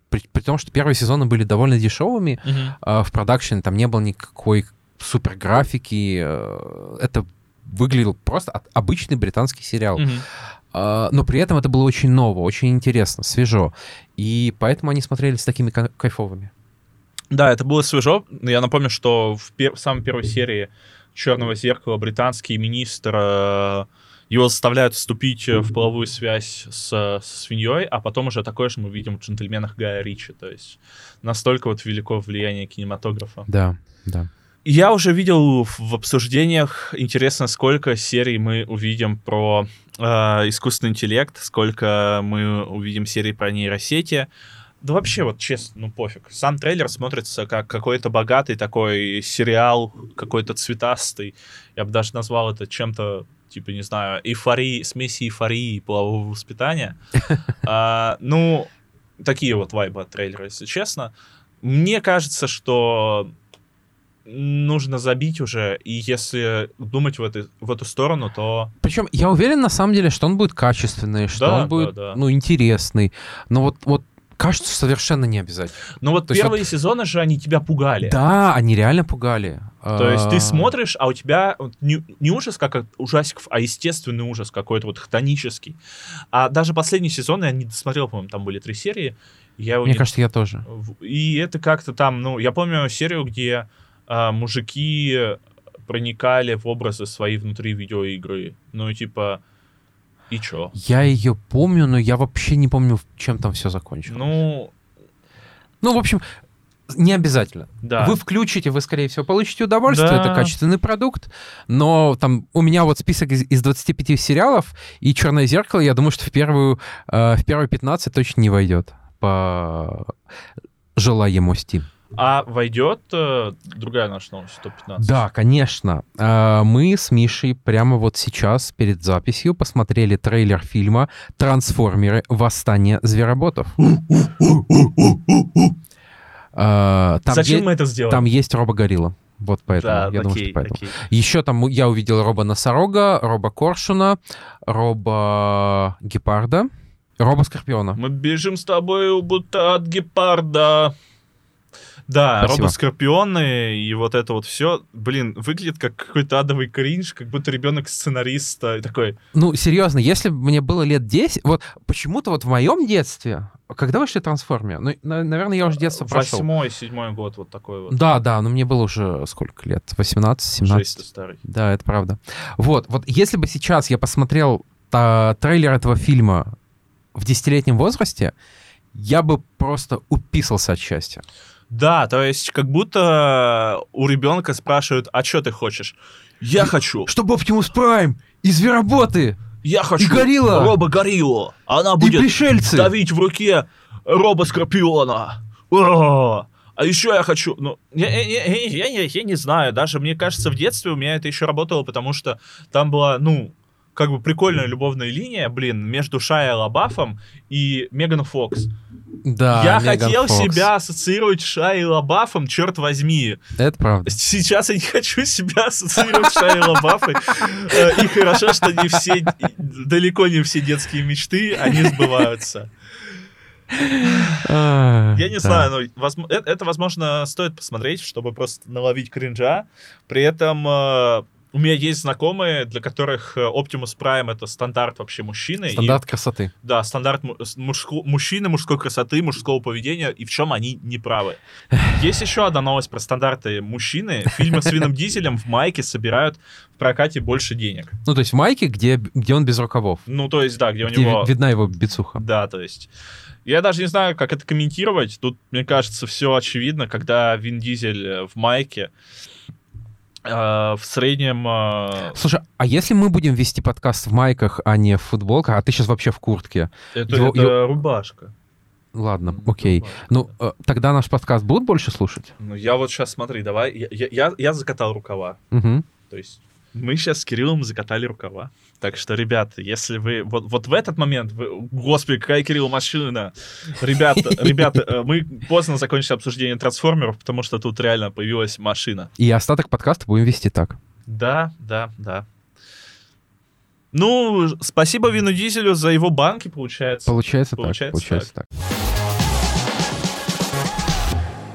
при, при том, что первые сезоны были довольно дешевыми, Мгм. а, в продакшене там не было никакой супер графики, э, это выглядел просто от- обычный британский сериал. Мгм. А, но при этом это было очень ново, очень интересно, свежо. И поэтому они смотрелись такими ка- кайфовыми. Да, это было свежо. Я напомню, что в, пер- в самой первой серии «Черного зеркала» британский министр, э, его заставляют вступить в половую связь с, со свиньей, а потом уже такое же мы видим в «Джентльменах» Гая Ричи. То есть настолько вот велико влияние кинематографа. Да, да. Я уже видел в в обсуждениях, интересно, сколько серий мы увидим про э, искусственный интеллект, сколько мы увидим серий про нейросети. Да вообще, вот честно, ну пофиг. Сам трейлер смотрится как какой-то богатый такой сериал, какой-то цветастый. Я бы даже назвал это чем-то, типа, не знаю, эйфории, смеси эйфории и полового воспитания. А, ну, такие вот вайбы от трейлера, если честно. Мне кажется, что нужно забить уже, и если думать в, этой, в эту сторону, то... Причем я уверен, на самом деле, что он будет качественный, что Да, он будет, да, да. ну, интересный. Но вот, вот кажется, совершенно не обязательно. Ну вот То есть первые сезоны же, они тебя пугали. Да, они реально пугали. То есть ты А, смотришь, а у тебя вот не, не ужас, как от ужастиков, а естественный ужас какой-то вот хтонический. А даже последний сезон, я не досмотрел, по-моему, там были три серии. Я его Мне не- кажется, я тоже. в- И это как-то там, ну, я помню серию, где а, мужики проникали в образы свои внутри видеоигры. Ну и типа, и чё? Я ее помню, но я вообще не помню, чем там все закончилось. Ну, Ну, в общем, не обязательно. да. Вы включите, вы, скорее всего, получите удовольствие, Да. это качественный продукт, но там у меня вот список из, из двадцати пяти сериалов, и «Черное зеркало», я думаю, что в первую, э, в первые пятнадцать точно не войдет по желаемости. А войдет э, другая наша новость, сто пятнадцать. Да, конечно. А, Мы с Мишей прямо вот сейчас перед записью посмотрели трейлер фильма «Трансформеры. Восстание звероботов». А, Там Зачем е- мы это сделали? Там есть робо-горилла. Вот поэтому. Да, я думаю, окей, что поэтому. окей. Еще там я увидел робо-носорога, робо-коршуна, робо-гепарда, робо-скорпиона. Мы бежим с тобой будто от гепарда. Да, Спасибо. робоскорпионы и вот это вот все, блин, выглядит как какой-то адовый кринж, как будто ребенок сценариста и такой. Ну, серьезно, если бы мне было лет десять, вот почему-то вот в моем детстве, когда вышли трансформеры? Ну, на- наверное, я уже детство прошел. Восьмой, седьмой год, вот такой вот. Да, да, но мне было уже сколько лет? восемнадцать, Жесть семнадцать. ты старый. Да, это правда. Вот, вот если бы сейчас я посмотрел та- трейлер этого фильма в десятилетнем возрасте, я бы просто уписался от счастья. Да, то есть как будто у ребенка спрашивают, а что ты хочешь? Я хочу, Чтобы Optimus Prime и звероботы, я хочу и горилла, робо-гориллу. Она и будет пришельцы. давить в руке робо-скорпиона. О! А еще я хочу... Ну, я, я, я, я, я- я не знаю, даже мне кажется, в детстве у меня это еще работало, потому что там была, ну, как бы прикольная любовная линия, блин, между Шайа Лабафом и Меган Фокс. Да, я Меган хотел Фокс. себя ассоциировать с Шайей Лабафом, черт возьми. Это правда. Сейчас я не хочу себя ассоциировать с Шайей Лабафой. Э, И хорошо, что не все, далеко не все детские мечты, они сбываются. А, Я не да. знаю, но возм- э- это, возможно, стоит посмотреть, чтобы просто наловить кринжа. При этом э, у меня есть знакомые, для которых э, Optimus Prime — это стандарт вообще мужчины. И- Стандарт красоты. да, стандарт му- с- мужско- мужчины, мужской красоты, мужского поведения, и в чем они не правы. Есть еще одна новость про стандарты мужчины. Фильмы с Вином Дизелем в майке собирают в прокате больше денег. Ну, то есть в майке, где, где он без рукавов. Ну, то есть, да, где у Где него... ви- видна его бицуха. Да, то есть... Я даже не знаю, как это комментировать. Тут, мне кажется, все очевидно, когда Вин Дизель э, в майке. э, в среднем... э, Слушай, а если мы будем вести подкаст в майках, а не в футболках, а ты сейчас вообще в куртке? это его- это его- рубашка. Ладно, М, окей. рубашка, Ну, да. э, тогда наш подкаст будут больше слушать? Ну, я вот сейчас, смотри, давай... Я, я- я, я закатал рукава. Угу. То есть мы сейчас с Кириллом закатали рукава. Так что, ребята, если вы... Вот, вот в этот момент... Вы, господи, какая Кирилл машина! Ребята, ребята, э, мы поздно закончили обсуждение трансформеров, потому что тут реально появилась машина. И остаток подкаста будем вести так. Да, да, да. Ну, спасибо Вину Дизелю за его банки, получается. Получается, Получается так. Получается так.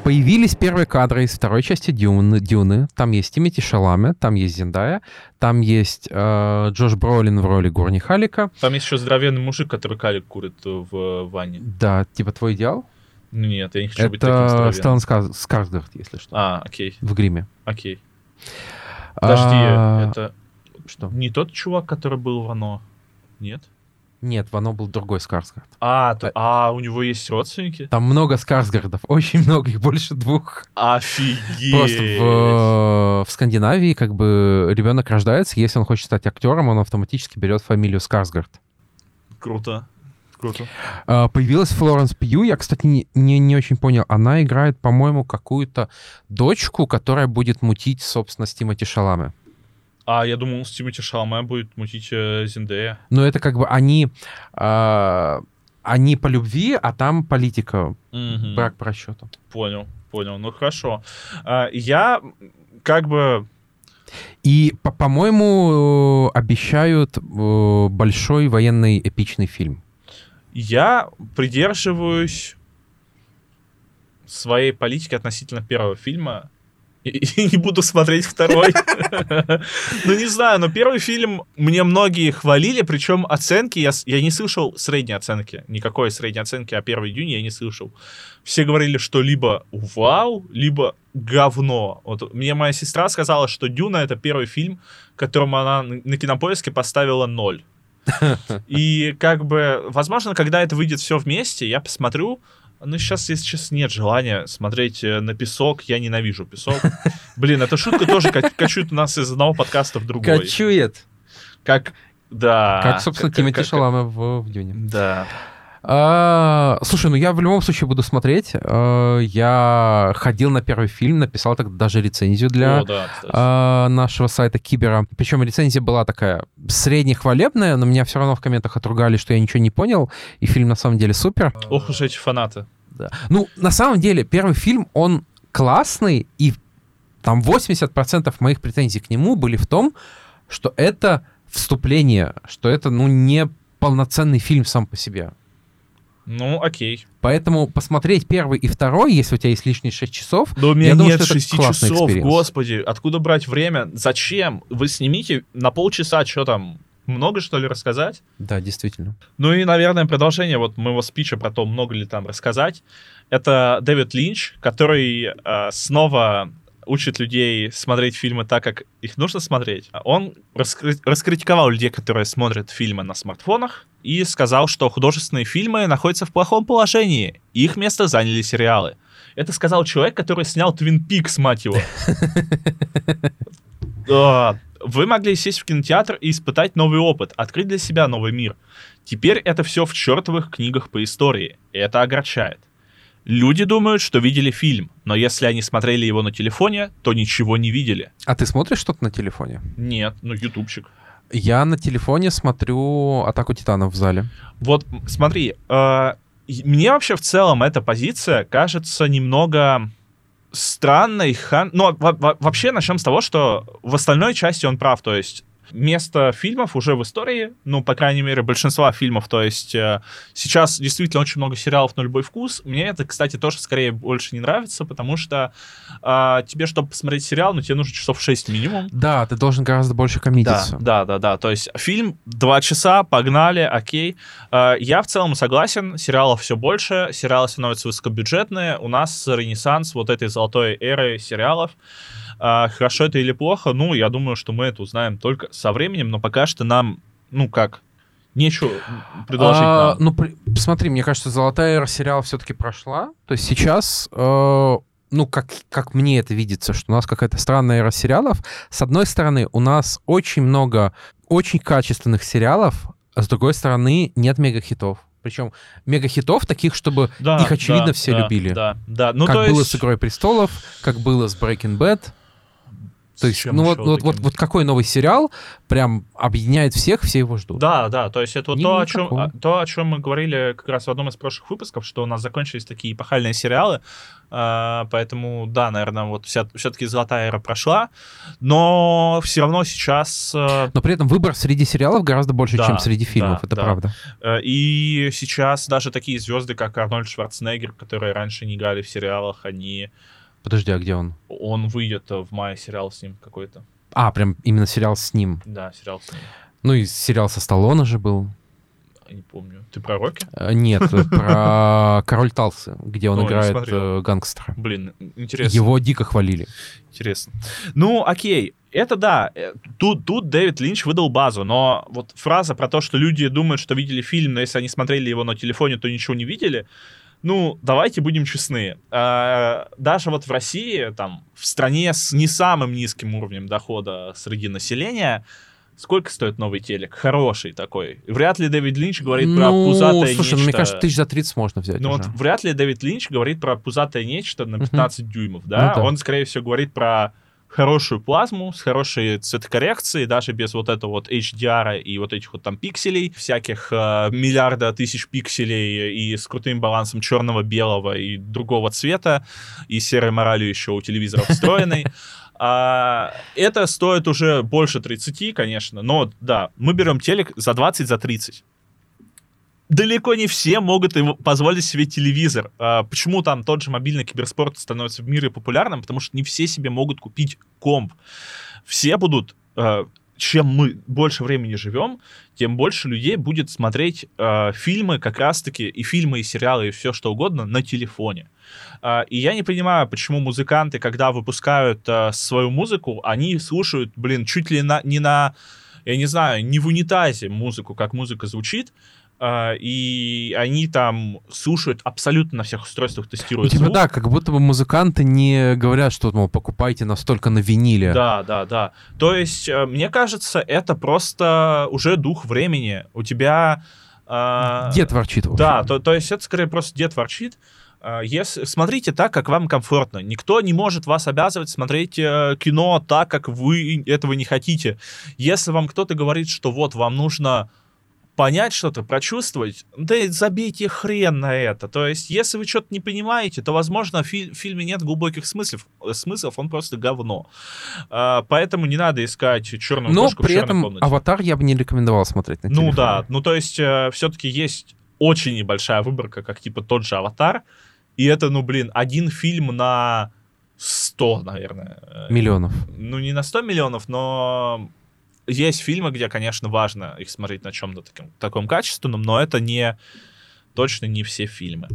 Появились первые кадры из второй части Дюны. Дюны. Там есть Тимоти Шаламе, там есть Зендая, там есть э, Джош Бролин в роли Гурни Халика. Там есть еще здоровенный мужик, который калик курит в ванне. Да, типа твой идеал? Нет, я не хочу это быть таким здоровенным. Это Стеллан Скар- Скарсгард, если что. А, окей. В гриме. Окей. Подожди, А... это что? Не тот чувак, который был в «Оно»? Нет? Нет, в «Оно» был другой Скарсгард. А, то, а у него есть родственники? Там много Скарсгардов, очень много, их больше двух. Офигеть! Просто в, в Скандинавии как бы ребенок рождается, если он хочет стать актером, он автоматически берет фамилию Скарсгард. Круто. Круто. А, появилась Флоренс Пью, я, кстати, не, не, не очень понял. Она играет, по-моему, какую-то дочку, которая будет мутить, собственно, с Тимоти Шаламе. А, я думал, с Тимоти Шаламе будет мутить э, Зендея. Но это как бы они... Э, они по любви, а там политика. Mm-hmm. Брак по расчету. Понял, понял. Ну, хорошо. А, я как бы... И, по- по-моему, обещают э, большой военный эпичный фильм. Я придерживаюсь своей политики относительно первого фильма и, и не буду смотреть второй. Ну, не знаю, но первый фильм мне многие хвалили, причем оценки, я, я не слышал средней оценки, никакой средней оценки о первой Дюне я не слышал. Все говорили, что либо вау, либо говно. Вот мне моя сестра сказала, что Дюна — это первый фильм, которому она на Кинопоиске поставила ноль. И как бы, возможно, когда это выйдет все вместе, я посмотрю. Ну, сейчас, если честно, нет желания смотреть на песок. Я ненавижу песок. Блин, эта шутка тоже качует нас из одного подкаста в другой. Качует. Как, да. Как, собственно, как, Тимоти как, Шаламе в, в Дюне. Да. А, слушай, ну я в любом случае буду смотреть. А, я ходил на первый фильм, написал тогда даже рецензию для О, да, а, нашего сайта Кибера. Причем рецензия была такая среднехвалебная, но меня все равно в комментах отругали, что я ничего не понял, и фильм на самом деле супер. Ох уж эти фанаты. Да. Ну, на самом деле, первый фильм, он классный, и там восемьдесят процентов моих претензий к нему были в том, что это вступление, что это, ну, не полноценный фильм сам по себе. Ну, окей. Поэтому посмотреть первый и второй, если у тебя есть лишние шесть часов... Да у меня я нет думаю, шести часов, господи. Откуда брать время? Зачем? Вы снимите на полчаса, что там, много, что ли, рассказать? Да, действительно. Ну и, наверное, продолжение вот моего спича про то, много ли там рассказать. Это Дэвид Линч, который э, снова учит людей смотреть фильмы так, как их нужно смотреть. Он раскри- раскритиковал людей, которые смотрят фильмы на смартфонах, и сказал, что художественные фильмы находятся в плохом положении, и их место заняли сериалы. Это сказал человек, который снял Твин Пикс, мать его. Вы могли сесть в кинотеатр и испытать новый опыт, открыть для себя новый мир. Теперь это все в чертовых книгах по истории, и это огорчает. Люди думают, что видели фильм, но если они смотрели его на телефоне, то ничего не видели. А ты смотришь что-то на телефоне? Нет, ну ютубчик. Я на телефоне смотрю «Атаку титанов» в зале. Вот, смотри, э, мне вообще в целом эта позиция кажется немного странной. Хан... Ну, вообще начнем с того, что в остальной части он прав, то есть место фильмов уже в истории, ну, по крайней мере, большинства фильмов, то есть э, сейчас действительно очень много сериалов на любой вкус. Мне это, кстати, тоже скорее больше не нравится, потому что э, тебе, чтобы посмотреть сериал, ну, тебе нужно часов шесть минимум. Да, ты должен гораздо больше коммититься. Да, да, да, да, то есть фильм, два часа, погнали, окей. Э, я в целом согласен, сериалов все больше, сериалы становятся высокобюджетные, у нас ренессанс вот этой золотой эры сериалов. А, хорошо это или плохо, ну, я думаю, что мы это узнаем только со временем, но пока что нам, ну, как, нечего предложить а, нам. Ну, при, смотри, мне кажется, золотая эра сериала все-таки прошла, то есть сейчас... Э... Ну, как, как мне это видится, что у нас какая-то странная эра сериалов. С одной стороны, у нас очень много очень качественных сериалов, а с другой стороны, нет мегахитов. Причем мегахитов таких, чтобы да, их, очевидно, да, все да, любили. Да, да. Ну, как то было есть... с «Игрой престолов», как было с Breaking Bad. То есть, ну вот, вот, вот, вот какой новый сериал прям объединяет всех, все его ждут? Да, да, то есть это вот Ни- то о, никакого. чем, то, о чем мы говорили как раз в одном из прошлых выпусков, что у нас закончились такие эпохальные сериалы, а, поэтому, да, наверное, вот вся, все-таки золотая эра прошла, но все равно сейчас... а, Но при этом выбор среди сериалов гораздо больше, Да, чем среди фильмов, да, это да. правда. э, И сейчас даже такие звезды, как Арнольд Шварценеггер, которые раньше не играли в сериалах, они... Подожди, а где он? Он выйдет в мае, сериал с ним какой-то. А, прям именно сериал с ним. Да, сериал с ним. Ну и сериал со Сталлоне же был. Не помню. Ты про Рокки? Э, Нет, про Король Талсы, где он Ой, не играет смотрел. э, гангстера. Блин, интересно. Его дико хвалили. Интересно. Ну, окей. Это да. э, Тут, тут Дэвид Линч выдал базу, но вот фраза про то, что люди думают, что видели фильм, но если они смотрели его на телефоне, то ничего не видели. Ну, давайте будем честны. Э, Даже вот в России, там, в стране с не самым низким уровнем дохода среди населения, сколько стоит новый телек? Хороший такой. Вряд ли Дэвид Линч говорит про Ну, пузатое слушай, нечто. ну мне кажется, тысяч за тридцать можно взять Ну уже. вот вряд ли Дэвид Линч говорит про пузатое нечто на пятнадцать дюймов, да? Ну да. Он, скорее всего, говорит про хорошую плазму с хорошей цветокоррекцией, даже без вот этого вот эйч ди ар и вот этих вот там пикселей, всяких э, миллиарда тысяч пикселей и с крутым балансом черного, белого и другого цвета, и серой моралью еще у телевизора встроенной. А, это стоит уже больше тридцати, конечно, но да, мы берем телек за двадцать, за тридцать. Далеко не все могут его позволить себе телевизор. А, почему там тот же мобильный киберспорт становится в мире популярным? Потому что не все себе могут купить комп. Все будут... а, чем мы больше времени живем, тем больше людей будет смотреть а, фильмы как раз-таки, и фильмы, и сериалы, и все что угодно на телефоне. А, и я не понимаю, почему музыканты, когда выпускают а, свою музыку, они слушают, блин, чуть ли на, не на... Я не знаю, не в унитазе музыку, как музыка звучит, Uh, и они там слушают абсолютно на всех устройствах, тестируют Ну, типа, звук. да, как будто бы музыканты не говорят, что, мол, покупайте настолько на виниле. Да, да, да. То есть, э, мне кажется, это просто уже дух времени. У тебя... э, Дед ворчит. в общем. Да, то, то есть это скорее просто дед ворчит. Э, Если, смотрите так, как вам комфортно. Никто не может вас обязывать смотреть э, кино так, как вы этого не хотите. Если вам кто-то говорит, что вот вам нужно понять что-то, прочувствовать, да забейте хрен на это. То есть, если вы что-то не понимаете, то, возможно, в фи- в фильме нет глубоких смыслов, смыслов, он просто говно. А, поэтому не надо искать черную Но кошку в при черной этом комнате. «Аватар» я бы не рекомендовал смотреть на Ну телефоне. да, ну то есть э, все-таки есть очень небольшая выборка, как типа тот же «Аватар», и это, ну блин, один фильм на сто, наверное. Э, Миллионов. Ну не на сто миллионов, но есть фильмы, где, конечно, важно их смотреть на чем-то таком, таком качественном, но это не точно не все фильмы.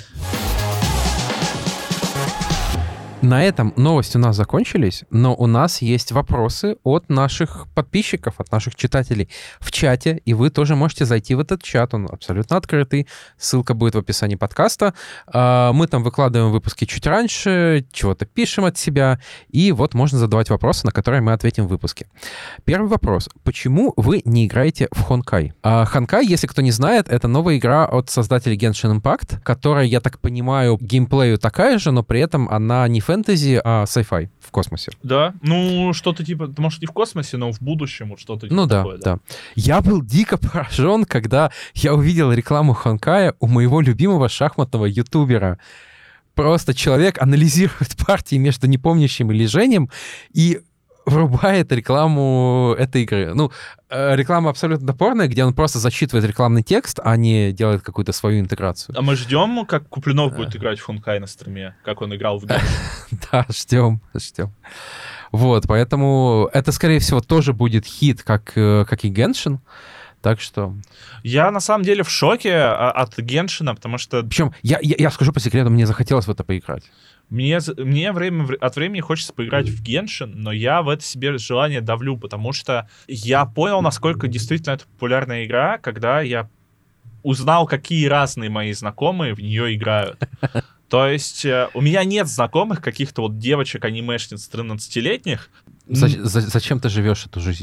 На этом новости у нас закончились, но у нас есть вопросы от наших подписчиков, от наших читателей в чате, и вы тоже можете зайти в этот чат, он абсолютно открытый, ссылка будет в описании подкаста. А, Мы там выкладываем выпуски чуть раньше, чего-то пишем от себя, и вот можно задавать вопросы, на которые мы ответим в выпуске. Первый вопрос. Почему вы не играете в Honkai? А, Honkai, если кто не знает, это новая игра от создателей Genshin Impact, которая, я так понимаю, геймплею такая же, но при этом она не фэнтези, а sci-fi в космосе. Да, ну что-то типа, может не в космосе, но в будущем вот что-то типа Ну да, такое. да. Я был дико поражен, когда я увидел рекламу Honkai у моего любимого шахматного ютубера. Просто человек анализирует партии между непомнящим и лежением и врубает рекламу этой игры. Ну, э, реклама абсолютно топорная, где он просто зачитывает рекламный текст, а не делает какую-то свою интеграцию. А мы ждем, как Куплинов будет играть в Honkai на стриме, как он играл в Genshin. Да, ждем, ждем. Вот, поэтому это, скорее всего, тоже будет хит, как, э, как и Genshin. Так что... Я на самом деле в шоке а, от Геншина, потому что Причем, я, я, я скажу по секрету, мне захотелось в это поиграть. мне, за- мне время, вр- от времени хочется поиграть в Геншин, но я в это себе желание давлю, потому что я понял, насколько действительно это популярная игра, когда я узнал, какие разные мои знакомые в нее играют. То есть э, у меня нет знакомых каких-то вот девочек-анимешниц тринадцатилетних. За- за- зачем ты живешь эту жизнь?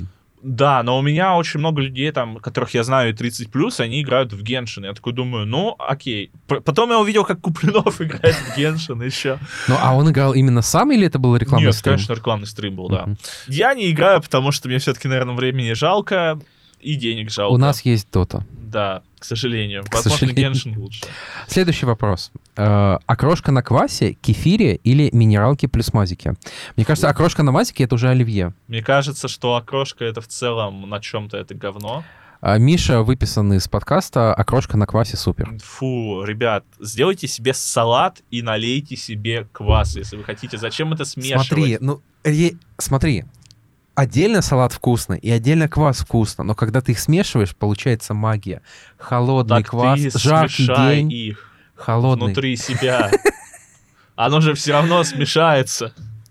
Да, но у меня очень много людей, там, которых я знаю тридцать плюс, они играют в Геншин. Я такой думаю, ну, окей. П- потом я увидел, как Куплинов играет в Геншин еще. Ну, а он играл именно сам или это был рекламный Нет, стрим? конечно, рекламный стрим был, да. Мгм. Я не играю, потому что мне все-таки, наверное, времени жалко и денег жалко. У нас есть Дота. Да, к сожалению. К Возможно, сожалению. Геншин лучше. Следующий вопрос. Э, окрошка на квасе, кефире или минералки плюс мазики? Мне кажется, окрошка на мазике — это уже оливье. Мне кажется, что окрошка — это в целом на чем-то это говно. А Миша выписан из подкаста «Окрошка на квасе супер». Фу, ребят, сделайте себе салат и налейте себе квас, если вы хотите. Зачем это смешивать? Смотри, ну, е- смотри. Отдельно салат вкусно и отдельно квас вкусно, но когда ты их смешиваешь, получается магия. Холодный Так квас, ты жаркий смешай день, их холодный. внутри себя. Оно же все равно смешается.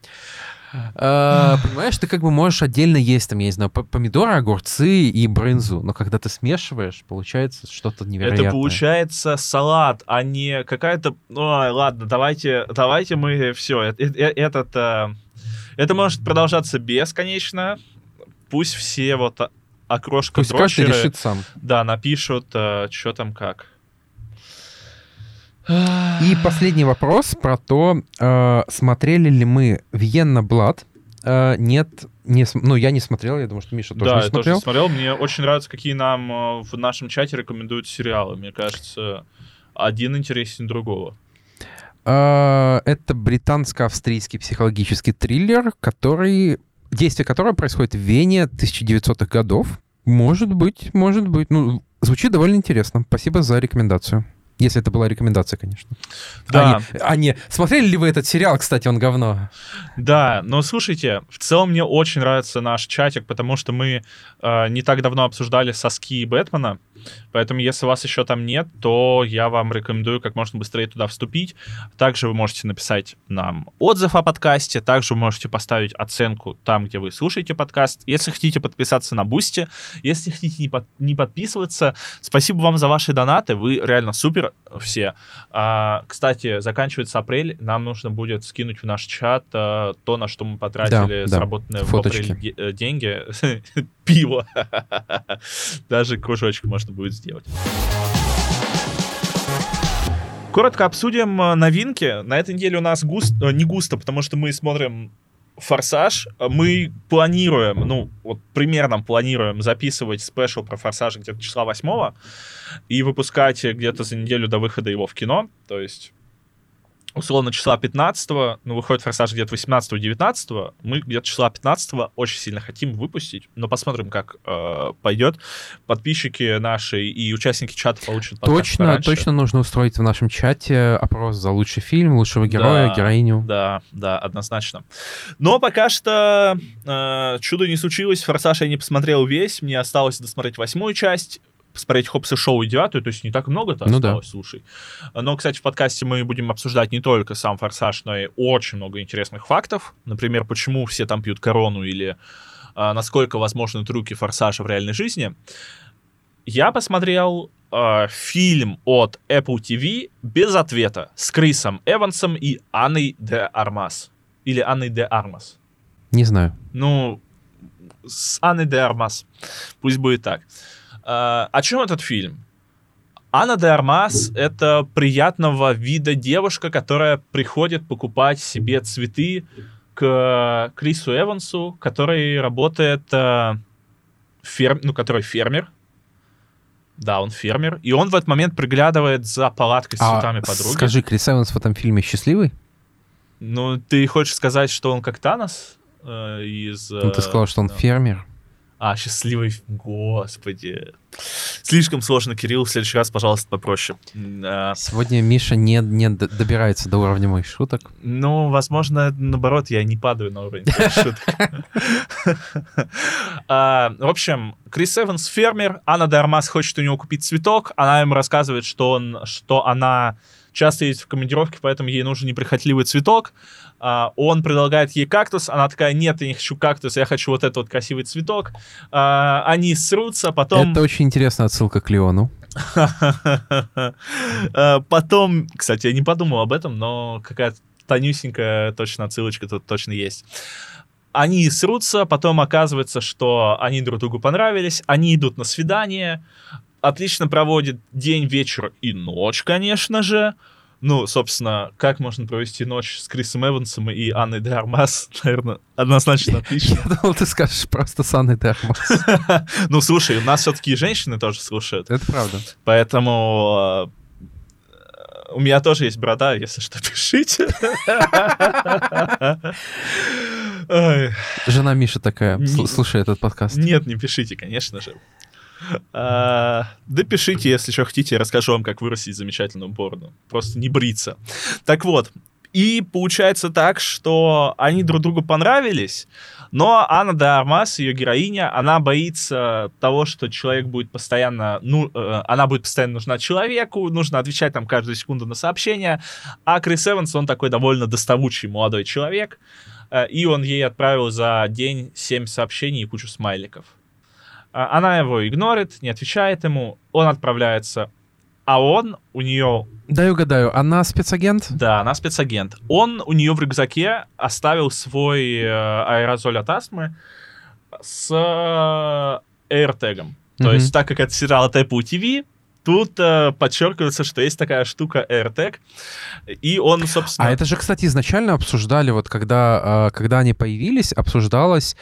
А, понимаешь, ты как бы можешь отдельно есть, там, я не знаю, п- помидоры, огурцы и брынзу, но когда ты смешиваешь, получается что-то невероятное. Это получается салат, а не какая-то... Ой, ладно, давайте, давайте мы все. Этот, э, это может продолжаться бесконечно. Пусть все вот окрошка Пусть каждый дрочеры, решит сам. да, напишут, э, что там как. И последний вопрос про то, э, смотрели ли мы «Виенна Блад». Э, нет, не, см- ну, я не смотрел, я думаю, что Миша тоже Да, не я смотрел. тоже смотрел. Мне очень нравится, какие нам э, в нашем чате рекомендуют сериалы. Мне кажется, один интереснее другого. Э, это британско-австрийский психологический триллер, который, действие которого происходит в Вене тысяча девятисотых годов. Может быть, может быть. Ну, звучит довольно интересно. Спасибо за рекомендацию. Если это была рекомендация, конечно. Да. А не, а не, смотрели ли вы этот сериал, кстати, он говно? Да, но слушайте, в целом мне очень нравится наш чатик, потому что мы э, не так давно обсуждали соски Бэтмена, поэтому если вас еще там нет, то я вам рекомендую как можно быстрее туда вступить. Также вы можете написать нам отзыв о подкасте, также вы можете поставить оценку там, где вы слушаете подкаст. Если хотите подписаться на Бусти, если хотите не, под, не подписываться, спасибо вам за ваши донаты, вы реально супер все. А, кстати, заканчивается апрель, нам нужно будет скинуть в наш чат а, то, на что мы потратили Да, заработанные да, в фоточки. апреле де- деньги. Пиво. Даже кружочек можно будет сделать. Коротко обсудим э, новинки. На этой неделе у нас густо, не густо, потому что мы смотрим «Форсаж». Мы планируем, ну, вот примерно планируем записывать спешл про «Форсаж» где-то числа восьмого и выпускать где-то за неделю до выхода его в кино. То есть, условно, числа пятнадцатого, ну, выходит «Форсаж» где-то восемнадцатого-девятнадцатого, мы где-то числа пятнадцатого очень сильно хотим выпустить, но посмотрим, как э, пойдет. Подписчики наши и участники чата получат подкаст Точно, пораньше. точно нужно устроить в нашем чате опрос за лучший фильм, лучшего героя, Да, героиню. Да, да, однозначно. Но пока что э, чудо не случилось. «Форсаж» я не посмотрел весь. Мне осталось досмотреть восьмую часть, посмотреть «Хопс и Шоу» и девятую, то есть не так много-то Ну осталось, да. Слушай. Но, кстати, в подкасте мы будем обсуждать не только сам «Форсаж», но и очень много интересных фактов. Например, почему все там пьют корону или э, насколько возможны трюки «Форсажа» в реальной жизни. Я посмотрел э, фильм от Apple ти ви без ответа с Крисом Эвансом и Анной де Армас. Или Анной де Армас. Не знаю. Ну, с Анной де Армас. Пусть будет так. Э, о чем этот фильм? Анна де Армас — это приятного вида девушка, которая приходит покупать себе цветы к Крису Эвансу, который работает, э, ферм... ну, который фермер. Да, он фермер. И он в этот момент приглядывает за палаткой с А цветами подруги. скажи, Крис Эванс в этом фильме счастливый? Ну, ты хочешь сказать, что он как Танос э, из... Э, Ну, ты сказал, что он да. фермер. А, счастливый... Господи. Слишком сложно, Кирилл. В следующий раз, пожалуйста, попроще. А, Сегодня Миша не, не д- добирается до уровня моих шуток. ну, возможно, наоборот, я не падаю на уровень твоих шуток. А, В общем, Крис Эванс фермер. Анна де Армас хочет у него купить цветок. Она ему рассказывает, что, он, что она часто ездит в командировке, поэтому ей нужен неприхотливый цветок. Uh, он предлагает ей кактус, она такая: нет, я не хочу кактус, я хочу вот этот вот красивый цветок. Uh, они срутся, потом... Это очень интересная отсылка к Леону. uh, потом, кстати, я не подумал об этом, но какая-то тонюсенькая точно отсылочка тут точно есть. они срутся, потом оказывается, что они друг другу понравились, они идут на свидание, отлично проводят день, вечер и ночь, конечно же. Ну, собственно, как можно провести ночь с Крисом Эвансом и Анной де Армас? Наверное, однозначно отлично. Я думал, ты скажешь просто с Анной де Армас. Ну, слушай, у нас все-таки и женщины тоже слушают. Это правда. Поэтому у меня тоже есть борода, если что, пишите. Жена Миши такая, слушай этот подкаст. Нет, не пишите, конечно же. А, да пишите, если что хотите, я расскажу вам, как вырастить замечательную бороду. Просто не бриться. Так вот, и получается так, что они друг другу понравились, но Анна де Армас, ее героиня, она боится того, что человек будет постоянно, ну, э, она будет постоянно нужна человеку, нужно отвечать там каждую секунду на сообщения, а Крис Эванс, он такой довольно доставучий молодой человек, э, и он ей отправил за день семь сообщений и кучу смайликов. Она его игнорит, не отвечает ему, он отправляется, а он у нее... Дай угадаю, она спецагент? Да, она спецагент. Он у нее в рюкзаке оставил свой э, аэрозоль от астмы с э, AirTag'ом. То Mm-hmm. есть, так как это сериал от Apple ти ви, тут э, подчеркивается, что есть такая штука AirTag, и он, собственно... А это же, кстати, изначально обсуждали, вот когда, когда они появились, обсуждалось,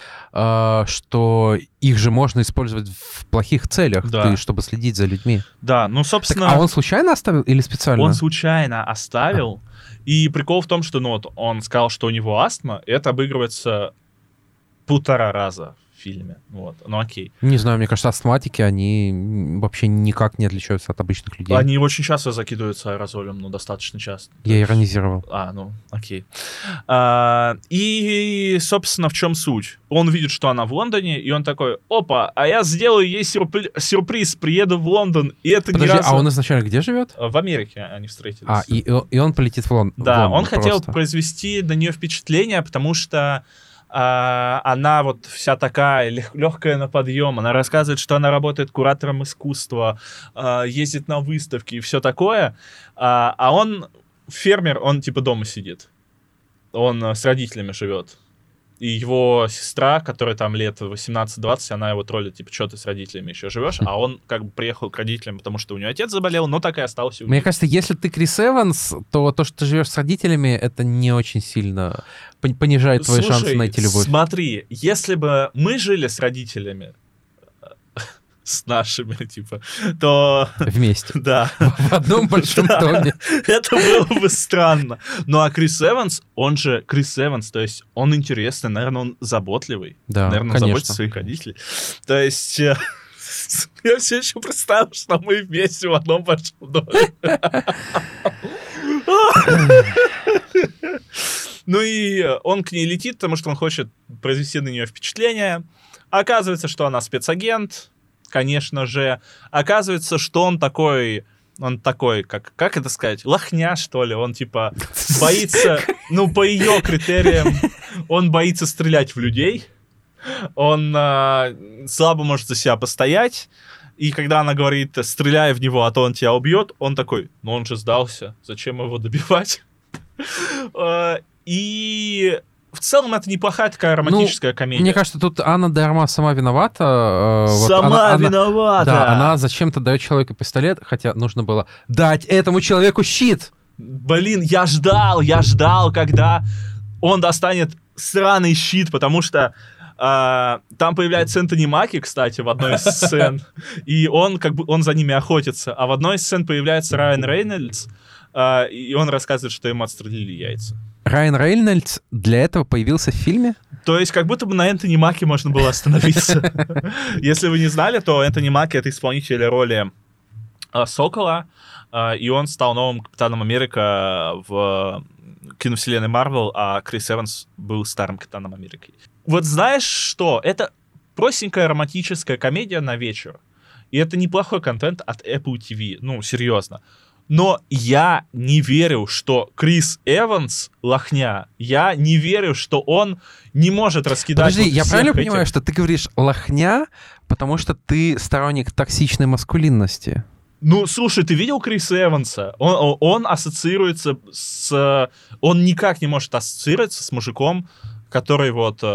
что их же можно использовать в плохих целях, да. чтобы следить за людьми. Да, ну, собственно... Так, а он случайно оставил или специально? Он случайно оставил, а. И прикол в том, что, ну, вот он сказал, что у него астма, это обыгрывается полтора раза в фильме, вот, ну окей. Не знаю, мне кажется, астматики, они вообще никак не отличаются от обычных людей. Они очень часто закидываются аэрозолем, ну, достаточно часто. Я иронизировал. А, ну, окей. А, и, собственно, в чем суть? Он видит, что она в Лондоне, и он такой, опа, а я сделаю ей сюрпри- сюрприз, приеду в Лондон, и это Подожди, ни разу... а он изначально где живет? В Америке они встретились. А, и, и он полетит в, Лон... да, в Лондон. Да, он хотел просто. произвести на нее впечатление, потому что Uh, она вот вся такая лег- легкая на подъем, она рассказывает, что она работает куратором искусства, uh, ездит на выставки и все такое, uh, а он фермер, он типа дома сидит, он uh, с родителями живет. И его сестра, которая там лет восемнадцать-двадцать, она его троллит, типа, что ты с родителями еще живешь? А он как бы приехал к родителям, потому что у него отец заболел, но так и остался у них. Мне кажется, если ты Крис Эванс, то то, что ты живешь с родителями, это не очень сильно понижает твои Слушай, шансы найти любовь. Смотри, если бы мы жили с родителями, с нашими, типа, то... Вместе. Да. В одном большом да. доме. Это было бы странно. Ну, а Крис Эванс, он же Крис Эванс, то есть он интересный, наверное, он заботливый. Да, наверное, конечно. заботится о своих родителей. То есть... Я все еще представил, что мы вместе в одном большом доме. Ну и он к ней летит, потому что он хочет произвести на нее впечатление. Оказывается, что она спецагент, конечно же. Оказывается, что он такой... Он такой, как, как это сказать, лохня, что ли. Он, типа, боится... Ну, по ее критериям, он боится стрелять в людей. Он э, слабо может за себя постоять. И когда она говорит, стреляй в него, а то он тебя убьет, он такой, ну он же сдался, зачем его добивать? И в целом это неплохая такая романтическая ну, комедия. Мне кажется, тут Анна де Армас сама виновата. Сама вот она, виновата! Она, да, она зачем-то дает человеку пистолет, хотя нужно было дать этому человеку щит. Блин, я ждал, я ждал, когда он достанет сраный щит, потому что Uh, там появляется Энтони Маки, кстати, в одной из сцен, и он как бы он за ними охотится. А в одной из сцен появляется Райан Рейнольдс, uh, и он рассказывает, что ему отстрелили яйца. Райан Рейнольдс для этого появился в фильме? То есть как будто бы на Энтони Маки можно было остановиться. Если вы не знали, то Энтони Маки — это исполнитель роли Сокола, и он стал новым Капитаном Америка в киновселенной Марвел, а Крис Эванс был старым Капитаном Америки. Вот знаешь что? Это простенькая романтическая комедия на вечер. И это неплохой контент от Apple ти ви. Ну, серьезно. Но я не верю, что Крис Эванс лохня. Я не верю, что он не может раскидать... Подожди, вот я правильно этих... понимаю, что ты говоришь лохня, потому что ты сторонник токсичной маскулинности? Ну, слушай, ты видел Криса Эванса? Он, он ассоциируется с... Он никак не может ассоциироваться с мужиком, который вот...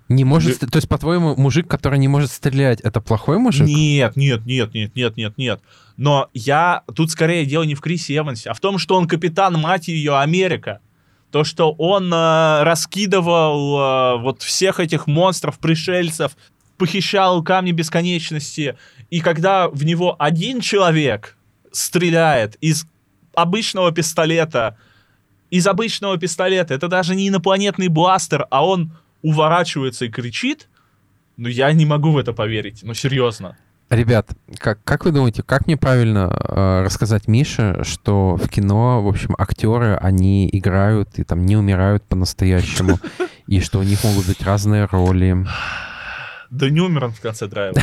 Не может... То есть, по-твоему, мужик, который не может стрелять, это плохой мужик? Нет, нет, нет, нет, нет, нет, нет. Но я... Тут скорее дело не в Крисе Эвансе, а в том, что он капитан, мать ее, Америка. То, что он э, раскидывал э, вот всех этих монстров, пришельцев, похищал камни бесконечности. И когда в него один человек стреляет из обычного пистолета, из обычного пистолета, это даже не инопланетный бластер, а он уворачивается и кричит, ну я не могу в это поверить, ну серьезно. Ребят, как, как вы думаете, как мне правильно э, рассказать Мише, что в кино, в общем, актеры, они играют и там не умирают по-настоящему, и что у них могут быть разные роли? Да не умер он в конце драйва.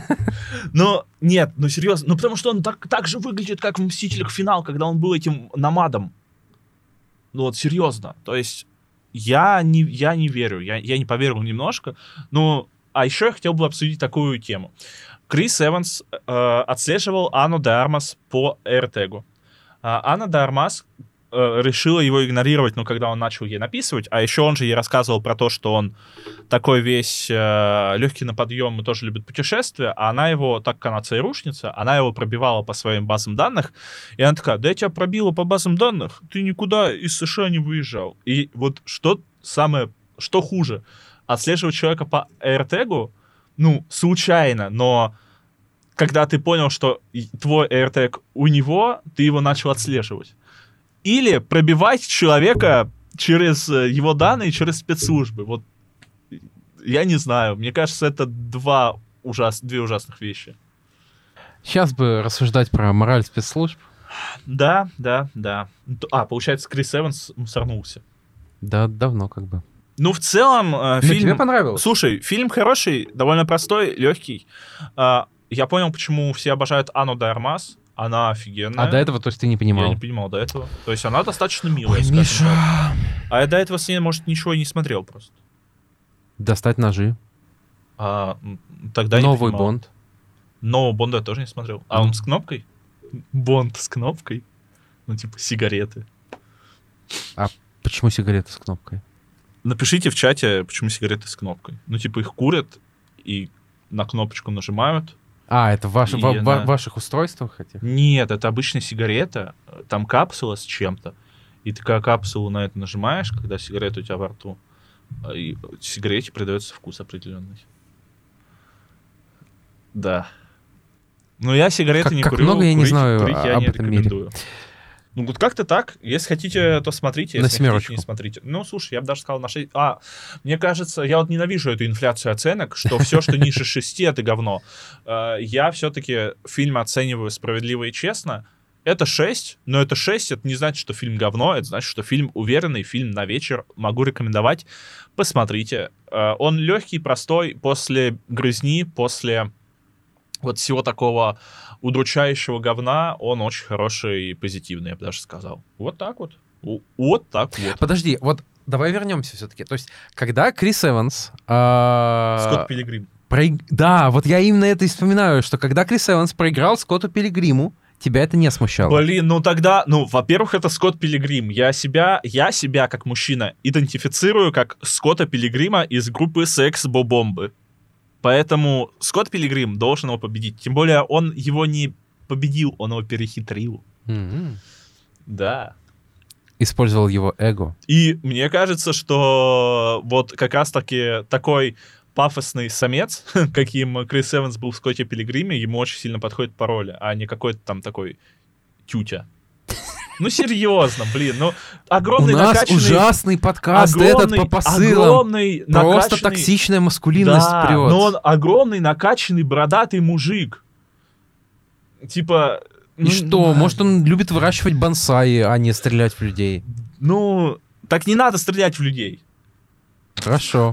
Но нет, ну серьезно, ну потому что он так, так же выглядит, как в «Мстителях. Финал», когда он был этим номадом. Ну вот серьезно, то есть я не, я не верю, я, я не поверил немножко, но... А еще я хотел бы обсудить такую тему. Крис Эванс э, отслеживал Анну де Армас по AirTag. А Анна де Армас э, решила его игнорировать, ну, когда он начал ей написывать, а еще он же ей рассказывал про то, что он такой весь э, легкий на подъем и тоже любит путешествия, а она его, так как она ЦРУшница, она его пробивала по своим базам данных, и она такая, да я тебя пробила по базам данных, ты никуда из США не выезжал. И вот что самое, что хуже, отслеживать человека по AirTag, ну, случайно, но когда ты понял, что твой AirTag у него, ты его начал отслеживать. Или пробивать человека через его данные, через спецслужбы. Вот я не знаю. Мне кажется, это два ужас... две ужасных вещи. Сейчас бы рассуждать про мораль спецслужб. Да, да, да. А, получается, Крис Эванс сорнулся. Да, давно как бы. Ну, в целом, э, фильм... тебе понравилось? Слушай, фильм хороший, довольно простой, легкий. Э, я понял, почему все обожают Анну де Армас. Она офигенная. А до этого, то есть, ты не понимал? Я не понимал до этого. То есть она достаточно милая. Ой, Миша. Так. А я до этого с ней, может, ничего и не смотрел просто. Достать ножи. А, тогда Новый не понимал. Бонд. Нового Бонда я тоже не смотрел. А mm. он с кнопкой? Бонд с кнопкой? Ну, типа, сигареты. А почему сигареты с кнопкой? Напишите в чате, почему сигареты с кнопкой. Ну, типа, их курят и на кнопочку нажимают. А, это в, ваш, в, она... в ваших устройствах хотя? Нет, это обычная сигарета. Там капсула с чем-то. И ты как капсулу на это нажимаешь, когда сигарета у тебя во рту. И сигарете придается вкус определенный. Да. Но я сигареты как, не как курю. много я курить, не знаю курить я об не этом рекомендую. мире. Ну, вот как-то так. Если хотите, то смотрите. На Если семерочку. не хотите, не смотрите. Ну, слушай, я бы даже сказал на шесть. А, мне кажется, я вот ненавижу эту инфляцию оценок, что все, что ниже шести, это говно. Я все-таки фильм оцениваю справедливо и честно. Это шесть, но это шесть, это не значит, что фильм говно, это значит, что фильм уверенный, фильм на вечер. Могу рекомендовать. Посмотрите. Он легкий, простой, после грызни, после вот всего такого удручающего говна, он очень хороший и позитивный, я бы даже сказал. Вот так вот. Вот так вот. Подожди, вот давай вернемся все-таки. То есть, когда Крис Эванс... А... Скотт Пилигрим. Про... Да, вот я именно это и вспоминаю, что когда Крис Эванс проиграл Скотту Пилигриму, тебя это не смущало? Блин, ну тогда, ну, во-первых, это Скотт Пилигрим. Я себя, я себя как мужчина идентифицирую как Скотта Пилигрима из группы Секс-Бо-Бомбы. Поэтому Скотт Пилигрим должен его победить. Тем более он его не победил, он его перехитрил. Mm-hmm. Да. Использовал его эго. И мне кажется, что вот как раз-таки такой пафосный самец, каким Крис Эванс был в Скотте Пилигриме, ему очень сильно подходит по роли, а не какой-то там такой тютя. Ну, серьезно, блин, ну, огромный накачанный... У нас ужасный подкаст этот по посылам. Огромный накачанный... Просто токсичная маскулинность да, прет. но он огромный, накачанный, бородатый мужик. Типа... И ну, что, может, он любит выращивать бонсаи, а не стрелять в людей? Ну, так не надо стрелять в людей. Хорошо.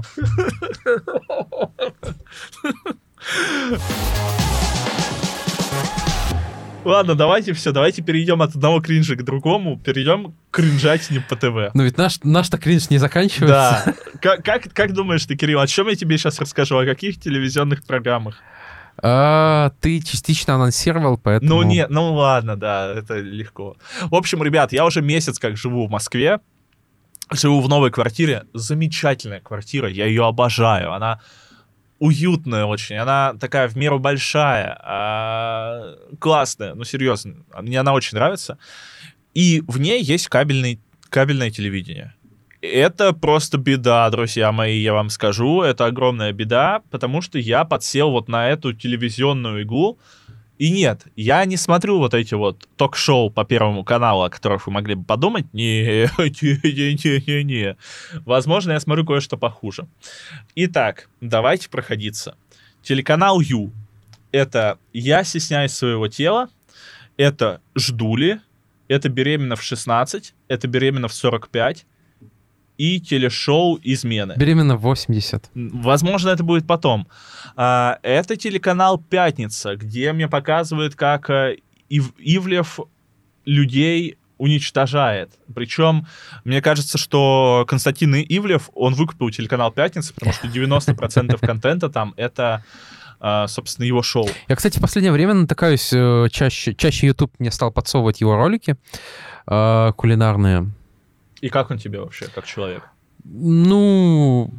Ладно, давайте все, давайте перейдем от одного кринжа к другому, перейдем к кринжатине по ТВ. Но ведь наш, наш-то кринж не заканчивается. Да. Как, как, как думаешь ты, Кирилл, о чем я тебе сейчас расскажу? О каких телевизионных программах? А, ты частично анонсировал, поэтому... Ну нет, ну ладно, да, это легко. В общем, ребят, я уже месяц как живу в Москве, Живу в новой квартире. Замечательная квартира, я ее обожаю. Она уютная очень, она такая в меру большая, а, классная, ну серьезно, мне она очень нравится. И в ней есть кабельный, кабельное телевидение. Это просто беда, друзья мои, я вам скажу, это огромная беда, потому что я подсел вот на эту телевизионную иглу. И нет, я не смотрю вот эти вот ток-шоу по Первому каналу, о которых вы могли бы подумать. Не-не-не-не-не. Возможно, я смотрю кое-что похуже. Итак, давайте проходиться. Телеканал Ю. Это «Я стесняюсь своего тела», это «Ждули», это «Беременна в шестнадцать», это «Беременна в сорок пять», и телешоу «Измены». Беременна в восемьдесят. Возможно, это будет потом. А, это телеканал «Пятница», где мне показывают, как Ив- Ивлев людей уничтожает. Причем, мне кажется, что Константин Ивлев, он выкупил телеканал «Пятница», потому что девяносто процентов контента там — это, собственно, его шоу. Я, кстати, в последнее время натыкаюсь, чаще, чаще YouTube мне стал подсовывать его ролики э, кулинарные. И как он тебе вообще, как человек? Ну,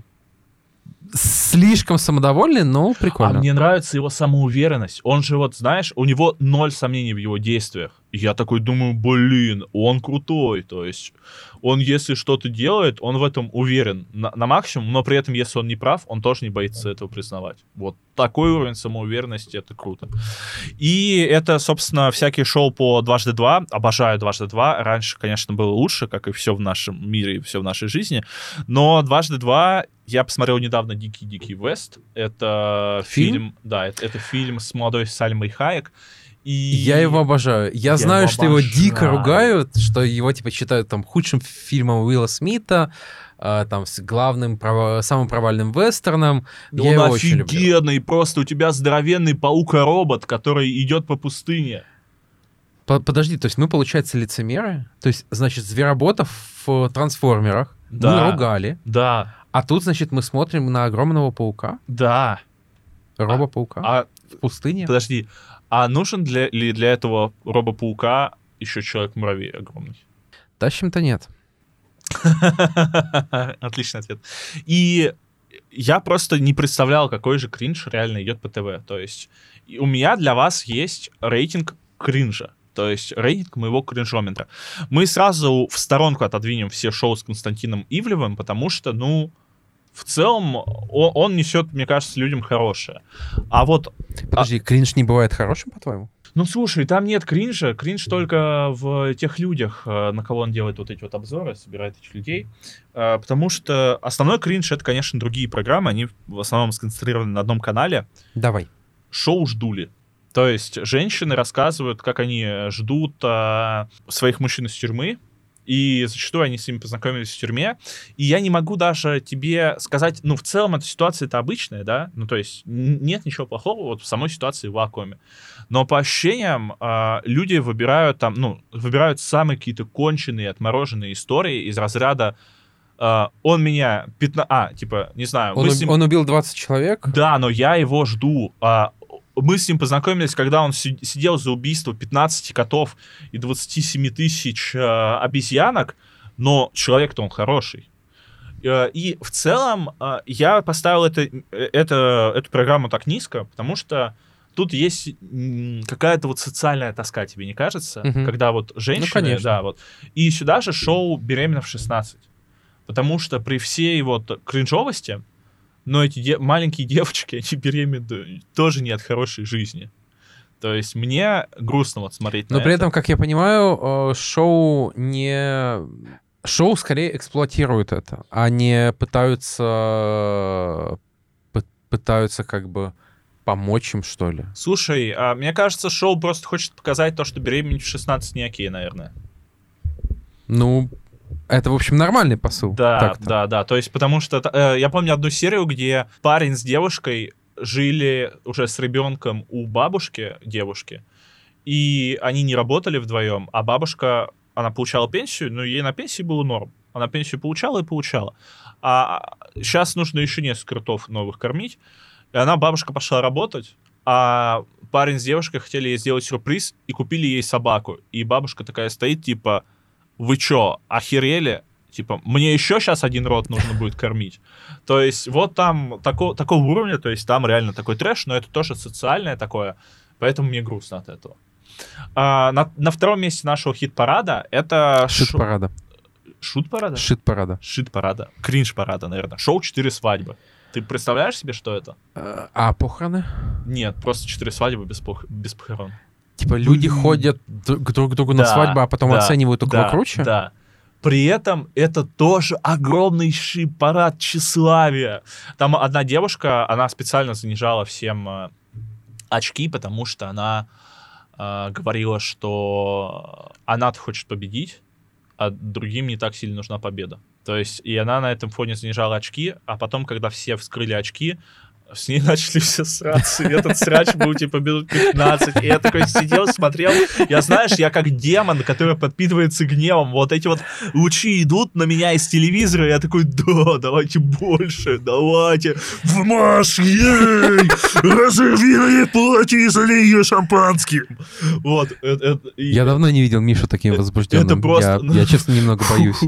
слишком самодовольный, но прикольно. А мне нравится его самоуверенность. Он же вот, знаешь, у него ноль сомнений в его действиях. И я такой думаю, блин, он крутой. То есть он, если что-то делает, он в этом уверен на, на максимум, но при этом, если он не прав, он тоже не боится этого признавать. Вот такой уровень самоуверенности, это круто. И это, собственно, всякие шоу по дважды два. Обожаю дважды два. Раньше, конечно, было лучше, как и все в нашем мире и все в нашей жизни. Но дважды два я посмотрел недавно «Дикий-дикий Вест». Это фильм, фильм да, это, это фильм с молодой Сальмой Хайек. И... Я его обожаю. Я, я знаю, его что обожаю. Его дико ругают, что его типа считают там худшим фильмом Уилла Смита, э, там с главным пров... самым провальным вестерном. Да я он его офигенный, просто у тебя здоровенный паук-робот, который идет по пустыне. Подожди, то есть мы, получается, лицемеры? То есть, значит, звероботов в трансформерах да. мы ругали. Да. А тут, значит, мы смотрим на огромного паука? Да. Робопаука? А, в пустыне? Подожди. А нужен для, ли для этого робопаука еще Человек-муравей огромный? Тащим-то нет. Отличный ответ. И я просто не представлял, какой же кринж реально идет по ТВ. То есть у меня для вас есть рейтинг кринжа. То есть рейтинг моего кринжометра. Мы сразу в сторонку отодвинем все шоу с Константином Ивлевым, потому что, ну, в целом он, он несет, мне кажется, людям хорошее. А вот... Подожди, а... кринж не бывает хорошим, по-твоему? Ну, слушай, там нет кринжа. Кринж только в тех людях, на кого он делает вот эти вот обзоры, собирает этих людей. Потому что основной кринж — это, конечно, другие программы. Они в основном сконцентрированы на одном канале. Давай. Шоу «Ждули». То есть женщины рассказывают, как они ждут а, своих мужчин из тюрьмы, и зачастую они с ними познакомились в тюрьме. И я не могу даже тебе сказать, ну, в целом эта ситуация-то обычная, да, ну, то есть нет ничего плохого вот в самой ситуации в вакууме. Но по ощущениям а, люди выбирают там, ну, выбирают самые какие-то конченые, отмороженные истории из разряда Uh, он меня пятнадцать... А, типа, не знаю... Он, ним... он убил двадцать человек? Да, но я его жду. Uh, мы с ним познакомились, когда он си- сидел за убийство пятнадцати котов и двадцати семи тысяч uh, обезьянок, но человек-то он хороший. Uh, и в целом uh, я поставил это, это, эту программу так низко, потому что тут есть какая-то вот социальная тоска, тебе не кажется? Uh-huh. Когда вот женщины... Ну, да, вот. И сюда же шоу «Беременна в шестнадцать». Потому что при всей вот кринжовости, но эти де- маленькие девочки, они беременны тоже не от хорошей жизни. То есть мне грустно вот смотреть но на это. Но при этом, как я понимаю, шоу не... Шоу скорее эксплуатируют это, а не пытаются... пытаются как бы помочь им, что ли. Слушай, а мне кажется, шоу просто хочет показать то, что беременеть в шестнадцать не окей, наверное. Ну... Это, в общем, нормальный посыл. Да, так-то. да, да. То есть, потому что э, я помню одну серию, где парень с девушкой жили уже с ребенком у бабушки, девушки, и они не работали вдвоем, а бабушка, она получала пенсию, но ей на пенсии было норм. Она пенсию получала и получала. А сейчас нужно еще несколько ртов новых кормить. И она, бабушка, пошла работать, а парень с девушкой хотели ей сделать сюрприз и купили ей собаку. И бабушка такая стоит, типа... Вы чё, охерели? Типа, мне еще сейчас один рот нужно будет кормить. То есть вот там тако, такого уровня, то есть там реально такой трэш, но это тоже социальное такое, поэтому мне грустно от этого. А, на, на втором месте нашего хит-парада это... Шит-парада. Шут-парада? Шит-парада. Шит-парада. Кринж-парада, наверное. Шоу «Четыре свадьбы». Ты представляешь себе, что это? А похороны? Нет, просто «Четыре свадьбы» без, пох... без похорон. Типа люди ходят друг к другу да, на свадьбу, а потом да, оценивают, у кого да, круче? Да. При этом это тоже огромнейший парад тщеславия. Там одна девушка, она специально занижала всем э, очки, потому что она э, говорила, что она-то хочет победить, а другим не так сильно нужна победа. То есть, и она на этом фоне занижала очки, а потом, когда все вскрыли очки, с ней начали все сраться, и этот срач был, типа, минут пятнадцать, и я такой сидел, смотрел, я, знаешь, я как демон, который подпитывается гневом, вот эти вот лучи идут на меня из телевизора, и я такой, да, давайте больше, давайте, вмажь ей, разорви на ей платье и залей ее шампанским. Вот. Это, это, и... Я давно не видел Мишу таким возбужденным, это просто... я, я, честно, немного боюсь.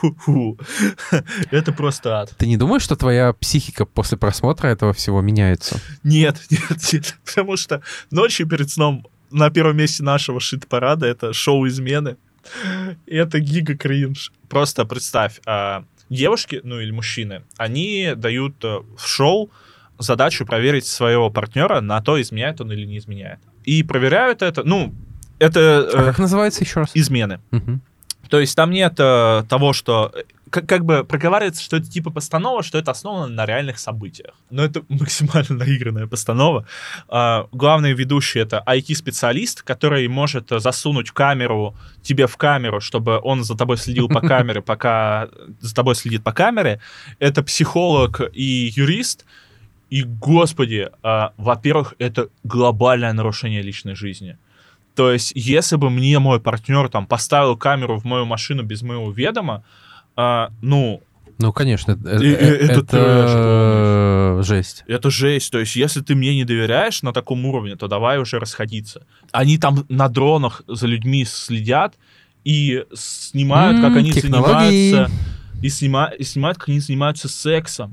Это просто ад. Ты не думаешь, что твоя психика после просмотра этого всего меняется? Нет, нет, нет, потому что ночью перед сном на первом месте нашего шит-парада это шоу «Измены». И это гига-кринж. Просто представь, девушки, ну или мужчины, они дают в шоу задачу проверить своего партнера на то, изменяет он или не изменяет. И проверяют это, ну, это... А как называется еще раз? «Измены». Угу. То есть там нет э, того, что... Как, как бы проговаривается, что это типа постанова, что это основано на реальных событиях. Но это максимально наигранная постанова. А, главный ведущий — это ай ти-специалист, который может засунуть камеру тебе в камеру, чтобы он за тобой следил по камере, пока за тобой следит по камере. Это психолог и юрист. И, господи, а, во-первых, это глобальное нарушение личной жизни. То есть, если бы мне мой партнер там поставил камеру в мою машину без моего ведома, а, ну... Ну, конечно, это, и, это, это жесть. Это жесть. То есть, если ты мне не доверяешь на таком уровне, то давай уже расходиться. Они там на дронах за людьми следят и снимают, как они занимаются, и, снима, и снимают, как они занимаются сексом.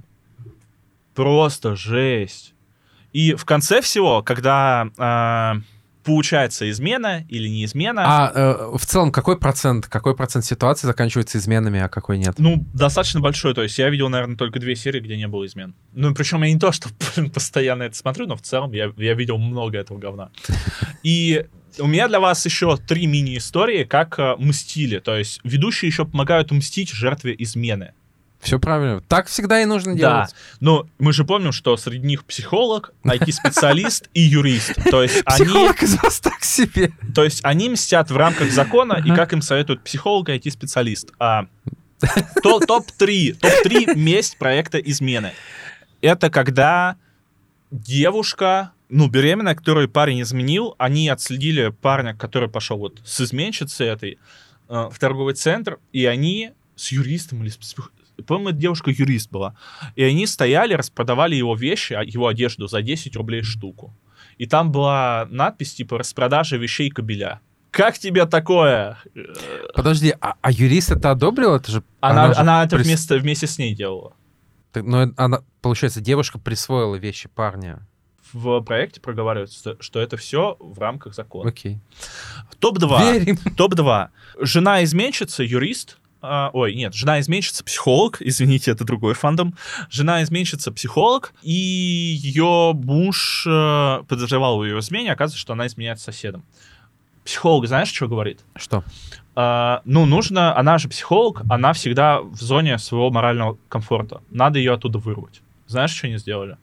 Просто жесть. И в конце всего, когда... А, получается измена или не измена. А э, в целом какой процент, какой процент ситуаций заканчивается изменами, а какой нет? Ну, достаточно большой. То есть я видел, наверное, только две серии, где не было измен. Ну, причем я не то, что блин, постоянно это смотрю, но в целом я, я видел много этого говна. И у меня для вас еще три мини-истории, как э, мстили. То есть ведущие еще помогают мстить жертве измены. Все правильно. Так всегда и нужно делать. Да, но мы же помним, что среди них психолог, ай ти-специалист и юрист. То есть психолог они... из вас так себе. То есть они мстят в рамках закона, и как им советуют психолог и ай ти-специалист. А, то, топ-три. Топ-три месть проекта «Измены». Это когда девушка, ну, беременная, которую парень изменил, они отследили парня, который пошел вот с изменщицей этой э, в торговый центр, и они с юристом или с психологом, по-моему, эта девушка юрист была. И они стояли, распродавали его вещи, его одежду за десять рублей штуку. И там была надпись типа «Распродажа вещей кобеля». Как тебе такое? Подожди, а, а юрист это одобрил? Это же, она она, она это прис... вместе, вместе с ней делала. Так, но она, получается, девушка присвоила вещи парня. В проекте проговаривается, что это все в рамках закона. Окей. топ-два. Верим. топ-два. Жена-изменщица, юрист. Uh, ой, нет, жена-изменщица, психолог, извините, это другой фандом. Жена-изменщица, психолог, и ее муж uh, подозревал в ее измене, оказывается, что она изменяет с соседом. Психолог, знаешь, что говорит? Что? Uh, ну, нужно, она же психолог, она всегда в зоне своего морального комфорта. Надо ее оттуда вырвать. Знаешь, что они сделали?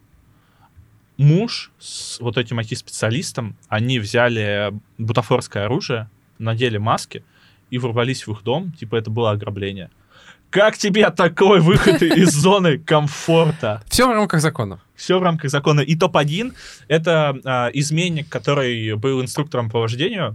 Муж с вот этим ай ти-специалистом, они взяли бутафорское оружие, надели маски, и ворвались в их дом, типа это было ограбление. Как тебе такой выход из зоны комфорта? Все в рамках закона. Все в рамках закона. И топ-один — это а, изменник, который был инструктором по вождению,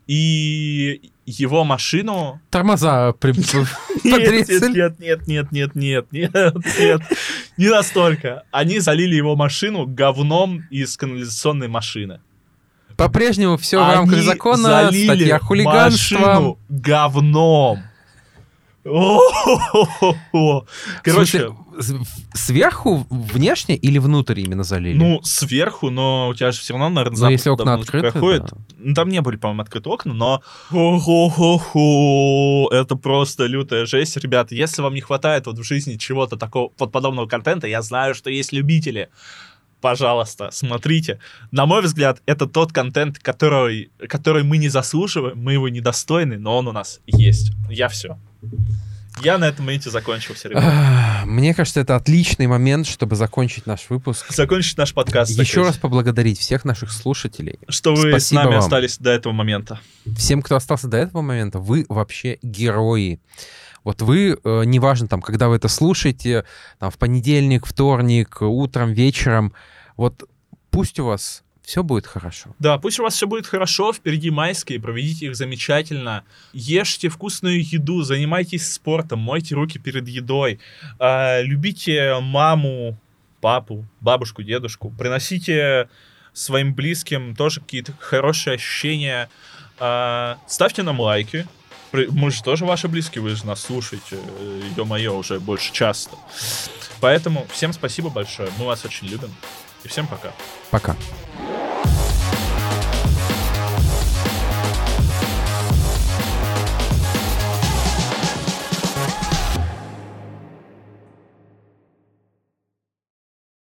и его машину... Тормоза подрезали. Нет, нет, нет, нет, нет, нет, нет, не настолько. Они залили его машину говном из канализационной машины. По-прежнему все в Они рамках закона, статья хулиганства. машину говном. Короче, сверху, внешне или внутрь именно залили? Ну, сверху, но у тебя же все равно, наверное, запах если окна открыты, проходит. Да. Ну, там не были, по-моему, открыты окна, но хо-хо-хо-хо, это просто лютая жесть. Ребята, если вам не хватает вот в жизни чего-то такого, вот подобного контента, я знаю, что есть любители. Пожалуйста, смотрите. На мой взгляд, это тот контент, который, который мы не заслуживаем, мы его недостойны, но он у нас есть. Я все. Я на этом моменте закончился, ребята. Мне кажется, это отличный момент, чтобы закончить наш выпуск. Закончить наш подкаст. Еще раз поблагодарить всех наших слушателей. Что вы Спасибо с нами вам. Остались до этого момента. Всем, кто остался до этого момента, вы вообще герои. Вот вы, э, неважно, там, когда вы это слушаете, там, в понедельник, вторник, утром, вечером, вот пусть у вас все будет хорошо. Да, пусть у вас все будет хорошо, впереди майские, проведите их замечательно, ешьте вкусную еду, занимайтесь спортом, мойте руки перед едой, э, любите маму, папу, бабушку, дедушку, приносите своим близким тоже какие-то хорошие ощущения, э, ставьте нам лайки. Мы же тоже ваши близкие, вы же нас слушаете, ё-моё, уже больше часто. Поэтому всем спасибо большое, мы вас очень любим, и всем пока. Пока.